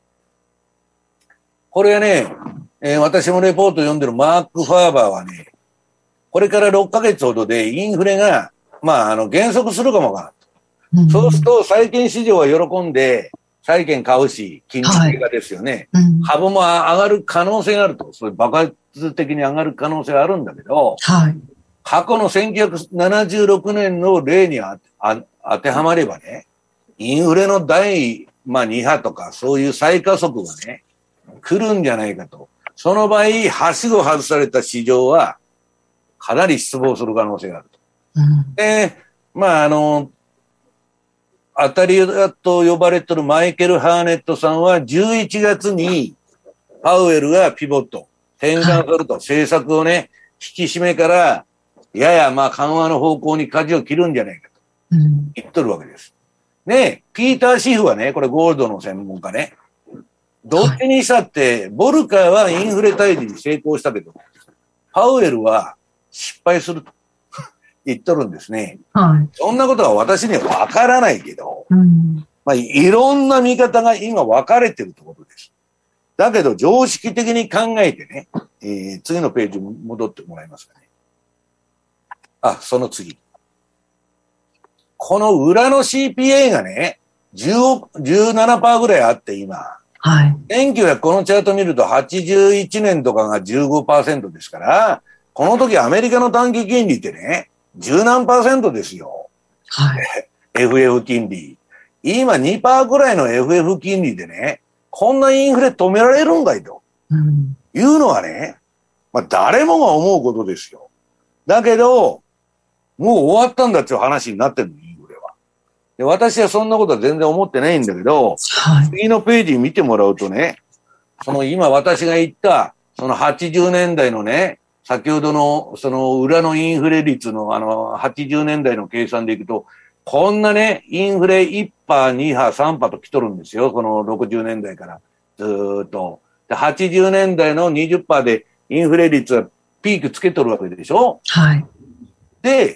これはね、えー、私もレポート読んでるマーク・ファーバーはね、これからろっかげつほどでインフレが、まあ、あの、減速するかもわからんと。うん、そうすると、債券市場は喜んで、債券買うし、金利低下ですよね。はい、うん、株も上がる可能性があると。それ爆発的に上がる可能性があるんだけど、はい、過去のせんきゅうひゃくななじゅうろくねんの例にああ当てはまればね、インフレの第、まあ、に波とか、そういう再加速がね、来るんじゃないかと。その場合、はしご外された市場は、かなり失望する可能性があると。うん、で、まあ、あの、当たりだと呼ばれているマイケル・ハーネットさんは、じゅういちがつに、パウエルがピボット、転換すると、はい、政策をね、引き締めから、やや、まあ、緩和の方向に舵を切るんじゃないかと。言っとるわけです。ね、ピーター・シフはね、これゴールドの専門家ね。どっちにしたって、ボルカーはインフレ退治に成功したけど、パウエルは失敗すると言っとるんですね。はい。そんなことは私にはわからないけど、うん、まあ、いろんな見方が今分かれてるってことです。だけど、常識的に考えてね、えー、次のページに戻ってもらえますかね。あ、その次。この裏の シーピーアイ がね、じゅうななパーセント ぐらいあって今。はい。せんきゅうひゃくこのチャート見るとはちじゅういちねんとかが じゅうごパーセント ですから、この時アメリカの短期金利ってね、十何パーセントですよ。はい。エフエフ 金利。今 にパーセント ぐらいの エフエフ 金利でね、こんなインフレ止められるんかいと。うん。いうのはね、まあ誰もが思うことですよ。だけど、もう終わったんだっていう話になってるの、インフレは。で、私はそんなことは全然思ってないんだけど、はい、次のページ見てもらうとね、その今私が言った、そのはちじゅうねんだいのね、先ほどのその裏のインフレ率のあのはちじゅうねんだいの計算でいくと、こんなね、インフレいち波、に波、さん波と来とるんですよ。このろくじゅうねんだいからずーっと。で、はちじゅうねんだいの にじゅっパーセント でインフレ率はピークつけとるわけでしょ？はい。で、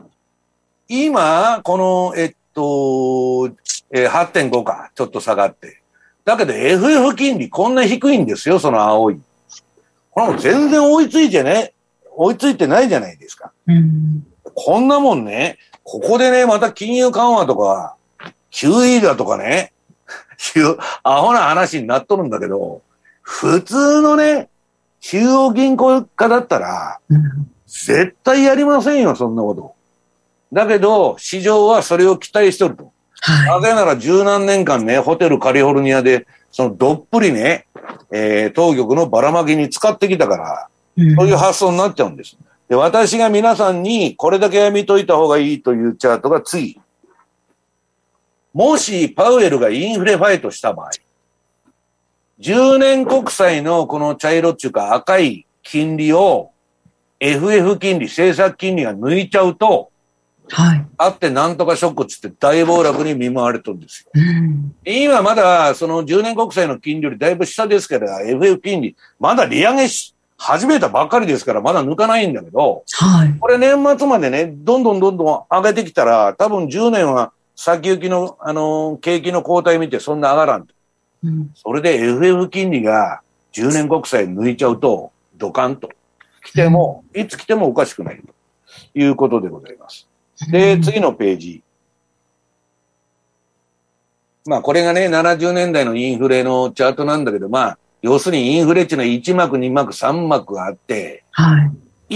今、この、えっと、えー、はちてんご か、ちょっと下がって。だけど エフエフ 金利こんな低いんですよ、その青い。これも全然追いついてね、追いついてないじゃないですか。うん、こんなもんね、ここでね、また金融緩和とか、キューイー だとかね、いうアホな話になっとるんだけど、普通のね、中央銀行家だったら、うん絶対やりませんよ、そんなこと。だけど、市場はそれを期待してると。はい、なぜなら十何年間ね、ホテルカリフォルニアで、そのどっぷりね、えー、当局のばらまきに使ってきたから、うん、そういう発想になっちゃうんです。で、私が皆さんにこれだけは見といた方がいいというチャートが次。もしパウエルがインフレファイトした場合、じゅうねん国債のこの茶色っていうか赤い金利をエフエフ 金利、政策金利が抜いちゃうと、はい。あってなんとかショックつって大暴落に見舞われてるんですよ。うん、今まだそのじゅうねん国債の金利よりだいぶ下ですから、エフエフ 金利、まだ利上げし、始めたばっかりですから、まだ抜かないんだけど、はい。これ年末までね、どんどんどんどん上げてきたら、多分じゅうねんは先行きの、あの、景気の後退見てそんな上がらんと。うん。それで エフエフ 金利がじゅうねん国債抜いちゃうと、ドカンと。来ても、いつ来てもおかしくないということでございます。で、次のページ。まあこれがね、ななじゅうねんだいのインフレのチャートなんだけど、まあ、要するにインフレっていうのはいち幕、に幕、さん幕があって、はい、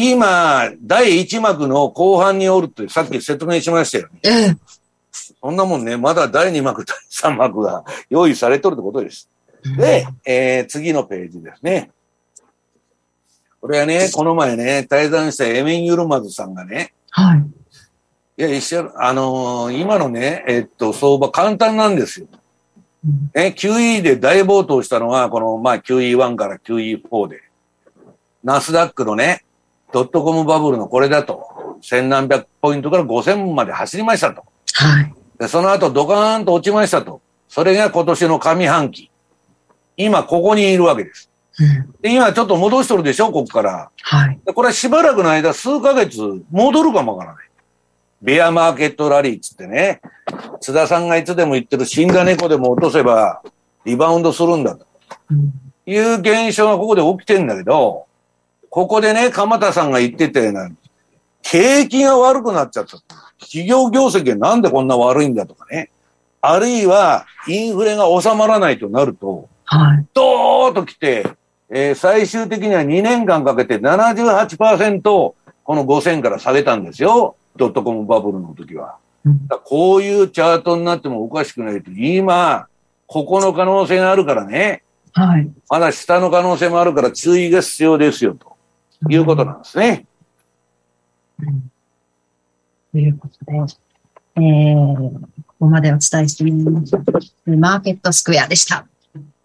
今、だいいち幕の後半におるってさっき説明しましたよね。ええ、そんなもんね、まだだいに幕、だいさん幕が用意されとるってことです。で、えー、次のページですね。 これはね、この前ね、対談したエメン・ユルマズさんがね、 はい。 いや、一緒、あのー、今のね、えっと、相場簡単なんですよ。うん、ね、キューイー で大暴騰したのは、この、まあ、キューイーワン から キューイーフォー で、ナスダックのね、ドットコムバブルのこれだと、千何百ポイントからごせんまで走りましたと。 はい。 で、その後ドカーンと落ちましたと。それが今年の上半期。今ここにいるわけです。うん、で今ちょっと戻しとるでしょ、ここから。 はい。 でこれはしばらくの間、数ヶ月戻るかもわからない。ベアマーケットラリーつってね、津田さんがいつでも言ってる死んだ猫でも落とせばリバウンドするんだと。うん、いう現象がここで起きてんだけど、ここでね、鎌田さんが言ってたような、景気が悪くなっちゃった。企業業績がなんでこんな悪いんだとかね。あるいは、インフレが収まらないとなると、 はい。 ドーッと来て、えー、最終的にはにねんかんかけて ななじゅうはちパーセント このごせんから下げたんですよ。ドットコムバブルの時は。うん、だこういうチャートになってもおかしくないと、今、ここの可能性があるからね。 はい。 まだ下の可能性もあるから注意が必要ですよ、ということなんですね。 うん。ということで、えー、ここまでお伝えしてみました。マーケットスクエアでした。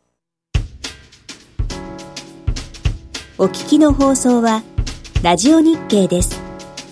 お聞きの放送はラジオ日経です。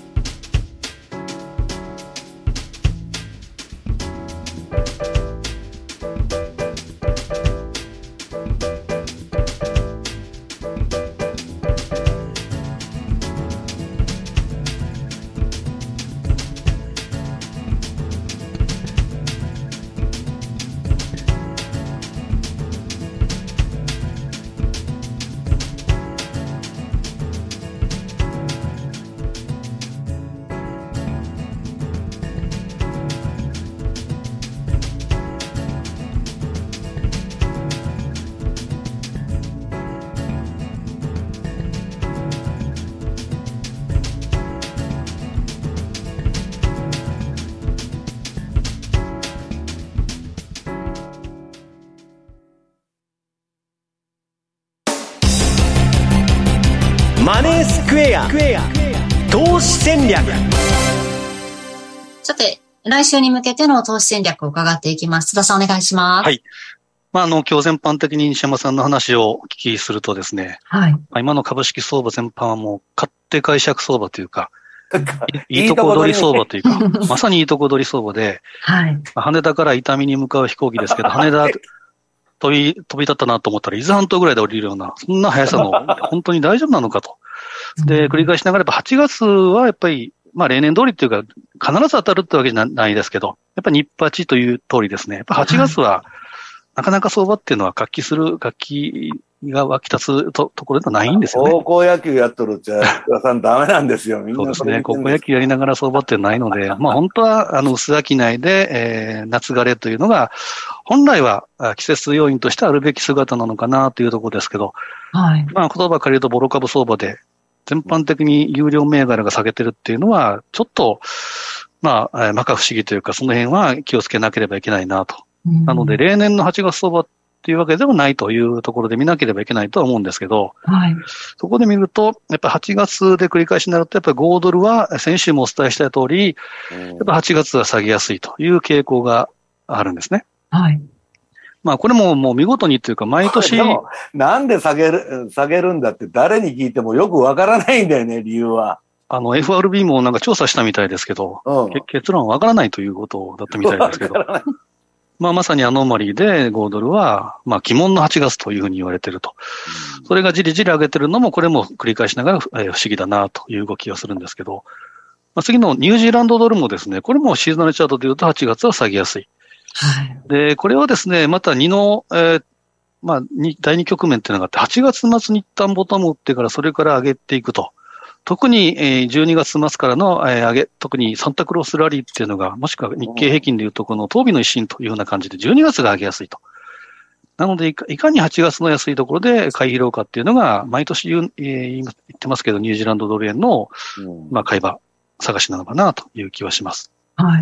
マネースクエア投資戦略。 さて、来週に向けての投資戦略を伺っていきます。津田さんお願いします。 はい。まあ、あの、今日全般的に西山さんの話をお聞きするとですね、 はい。まあ、今の株式相場全般はもう、買って解釈相場というか、い, いいとこ取り相場というか、まさにいいとこ取り相場で、 はい。 羽田から伊丹に向かう飛行機ですけど、羽田飛び、飛び立ったなと思ったら、伊豆半島ぐらいで降りるような、そんな速さの、本当に大丈夫なのかと。で、繰り返しながら、やっぱはちがつはやっぱり、まあ例年通りっていうか、必ず当たるってわけじゃないですけど、やっぱり日八という通りですね。やっぱはちがつは、なかなか相場っていうのは活気する、活気が湧き立つ と, ところではないんですよね。 高校野球やっとるじゃ、津田さんダメなんですよ。みんなそうですね。高校野球やりながら相場ってないので、まあ本当は、あの、薄商いで、えー、夏枯れというのが、本来は季節要因としてあるべき姿なのかなというところですけど、 はい。 まあ言葉借りるとボロ株相場で、全般的に有料銘柄が下げてるっていうのは、ちょっと、まあ、まか不思議というか、その辺は気をつけなければいけないなと。うん、なので、例年のはちがつ相場っていうわけではないというところで見なければいけないとは思うんですけど、 はい。 そこで見ると、やっぱはちがつで繰り返しになると、やっぱりごドルは先週もお伝えした通り、やっぱはちがつは下げやすいという傾向があるんですね。 はい。 まあこれももう見事にというか毎年。 なんで下げる、下げるんだって誰に聞いてもよくわからないんだよね、理由は。 あの エフアールビー もなんか調査したみたいですけど、うん、結論はわからないということだったみたいですけど。まあまさにアノマリーでごドルは、まあ鬼門のはちがつというふうに言われていると。うん、それがじりじり上げてるのもこれも繰り返しながら、えー、不思議だなという動きがするんですけど、まあ、次のニュージーランドドルもですね、これもシーズナルチャートで言うとはちがつは下げやすい。 はい。 で、これはですね、またにの、えー、まあ、だいに局面っていうのがあって、はちがつ末に一旦ボトムを打ってからそれから上げていくと。特に、えー、じゅうにがつ末からの、えー、上げ、特にサンタクロースラリーっていうのが、もしくは日経平均でいうとこの当備の一新というような感じでじゅうにがつが上げやすいと。なのでいか、いかにはちがつの安いところで買い拾うかっていうのが、毎年言う、えー、言ってますけど、ニュージーランドドル円の、まあ、買い場探しなのかなという気はします。 はい。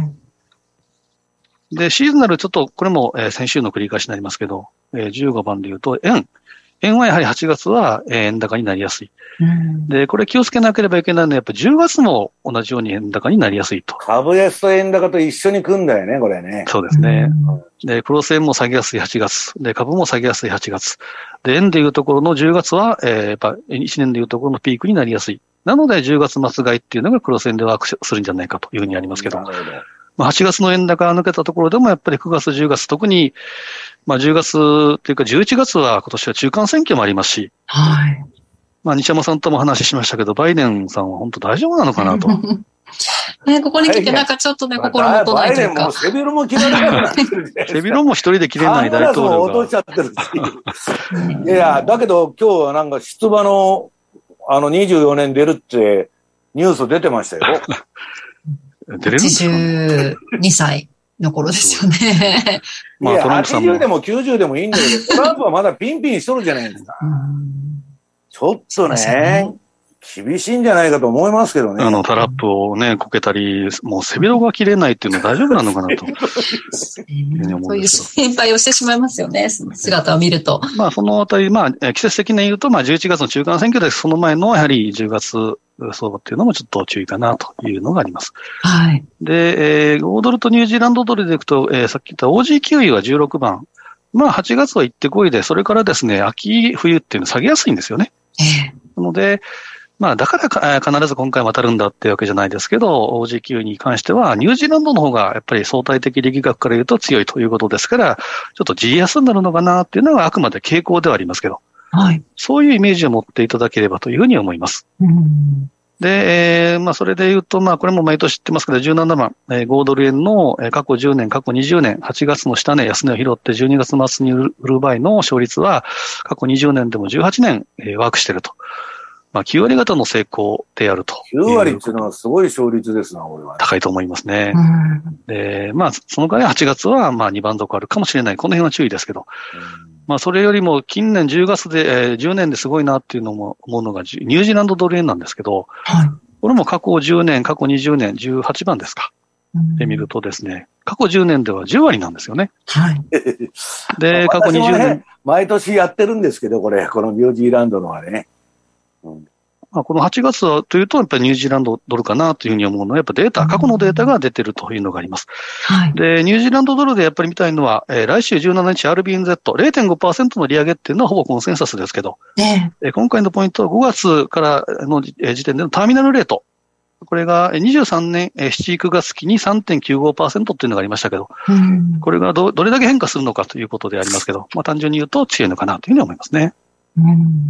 で、シーズナルちょっと、これも、えー、先週の繰り返しになりますけど、えー、じゅうごばんで言うと、円。 円はやはりはちがつは円高になりやすい。うん、で、これ気をつけなければいけないのは、やっぱりじゅうがつも同じように円高になりやすいと。 株安と円高と一緒に組んだよね、これね。 そうですね。うん、で、クロス円も下げやすいはちがつ。で、株も下げやすいはちがつ。で、円でいうところのじゅうがつは、えー、やっぱいちねんでいうところのピークになりやすい。なので、じゅうがつ末買いっていうのがクロス円でワークするんじゃないかというふうにありますけど。なるほど。まあ、はちがつの円高が抜けたところでも、やっぱりくがつ、じゅうがつ、特に、まあ、じゅうがつというかじゅういちがつは今年は中間選挙もありますし、はい。まあ、西山さんとも話しましたけど、バイデンさんは本当大丈夫なのかなと。 ね、ここに来てなんかちょっとね、心もとないというか。 バイデンも背広も切らない。 背広も一人で切れない大統領が。 落としちゃってるし。いや、だけど今日はなんか出馬の、あのにじゅうよねん出るってニュース出てましたよ。 出れるんですかね。 はちじゅうにさいの頃ですよね。 まあ、いや、はちじゅうでもきゅうじゅうでもいいんだけど、トランプはまだピンピンしとるじゃないですか。ちょっとね、厳しいんじゃないかと思いますけどね。 あの、タラップをね、こけたり、もう背広が切れないっていうのは大丈夫なのかなと。 そういう心配をしてしまいますよね、姿を見ると。 まあ、そのあたり、まあ、季節的に言うと、まあ、じゅういちがつの中間選挙で、その前の、やはりじゅうがつ相場っていうのもちょっと注意かなというのがあります。はい。で、えー、ごドルとニュージーランドドルでいくと、えー、さっき言った オージー キウイはじゅうろくばん。まあ、はちがつは行ってこいで、それからですね、秋、冬っていうの下げやすいんですよね。えー、なので、まあ、だからか必ず今回渡るんだっていうわけじゃないですけど、オージー キウイに関しては、ニュージーランドの方がやっぱり相対的力学から言うと強いということですから、ちょっと ジー 安になるのかなっていうのはあくまで傾向ではありますけど、はい。そういうイメージを持っていただければというふうに思います。うんで、えー、まあ、それで言うと、まあ、これも毎年知ってますけど、じゅうななばん、えー、ごドル円の、えー、過去じゅうねん、過去にじゅうねん、はちがつの下値、安値を拾ってじゅうにがつ末に売る場合の勝率は、過去にじゅうねんでもじゅうはちねん、えー、ワークしていると。まあ、きゅうわり方の成功であると。 きゅうわりっていうのはすごい勝率ですな、これは。 高いと思いますね。で、まあ、その代わりはちがつは、まあ、にばん底あるかもしれない。この辺は注意ですけど。まあ、それよりも近年じゅうがつで、えー、じゅうねんですごいなっていうのも思うのが、ニュージーランドドル円なんですけど、はい。これも過去じゅうねん、過去にじゅうねん、じゅうはちばんですか。で見るとですね、過去じゅうねんではじゅうわりなんですよね。はい。で、過去にじゅうねん、ね。 毎年やってるんですけど、これ、このニュージーランドのはね。 うん、まあ、このはちがつはというと、やっぱりニュージーランドドルかなというふうに思うのは、やっぱデータ、過去のデータが出てるというのがあります。はい。で、ニュージーランドドルでやっぱり見たいのは、えー、来週じゅうしちにち アールビーエヌゼット、れいてんごパーセント の利上げっていうのはほぼコンセンサスですけど、ねえー、今回のポイントはごがつからの時点でのターミナルレート。これがにじゅうさんねんしち、くがつ期に さんてんきゅうごパーセント っていうのがありましたけど、うん、これが ど, どれだけ変化するのかということでありますけど、まあ単純に言うと強いのかなというふうに思いますね。 うん、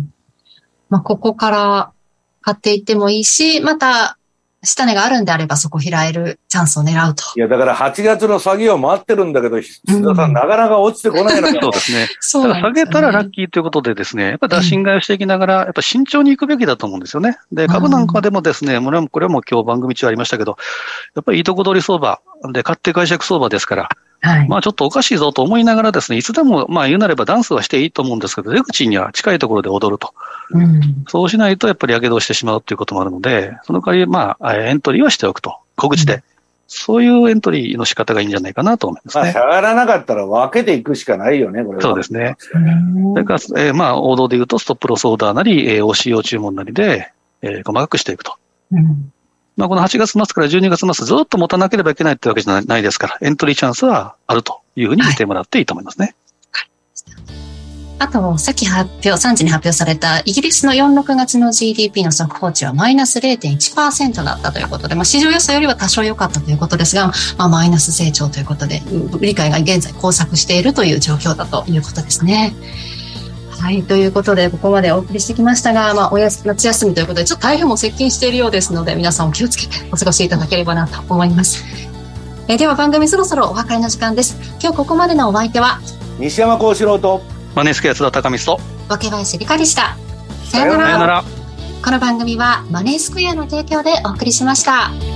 まあここから買っていってもいいし、また下値があるんであればそこ開えるチャンスを狙うと。 いやだからはちがつの下げを待ってるんだけど、須田さん、うん、なかなか落ちてこないのかそうですね。そうなんですよね。下げたらラッキーということでですね、やっぱり打診買いをしていきながら、やっぱ慎重に行くべきだと思うんですよね。で、株なんかでもですね、これはこれはもう今日番組中ありましたけど、やっぱりいいとこ取り相場で買って解釈相場ですから、はい、まあちょっとおかしいぞと思いながらですね、いつでもまあ言うなればダンスはしていいと思うんですけど、出口には近いところで踊ると。うん、そうしないとやっぱり上げ動してしまうということもあるので、その代わりまあエントリーはしておくと。小口で。うん、そういうエントリーの仕方がいいんじゃないかなと思いますね。まあ、 下がらなかったら分けていくしかないよね、これは。 そうですね。それから、えー、まあ王道で言うとストップロスオーダーなり、えー、オーシーオー 注文なりで、えー、細かくしていくと。うんまあ、このはちがつ末からじゅうにがつ末ずっと持たなければいけないってわけじゃないですから、エントリーチャンスはあるというふうに見てもらっていいと思いますね。 はいはい、あと、さっき発表、さんじに発表されたイギリスのよん、ろくがつの ジーディーピー の速報値はマイナス れいてんいちパーセント だったということで、まあ、市場予想よりは多少良かったということですが、まあ、マイナス成長ということで、理解が現在交錯しているという状況だということですね。はい。ということで、ここまでお送りしてきましたが、まあ、おやす、夏休みということで、ちょっと台風も接近しているようですので、皆さんお気をつけてお過ごしいただければなと思います。えー、では番組そろそろお別れの時間です。今日ここまでのお相手は、 西山幸四郎と、 マネースクエア津田高光と、 若林理香でした。さようなら。この番組はマネースクエアの提供でお送りしました。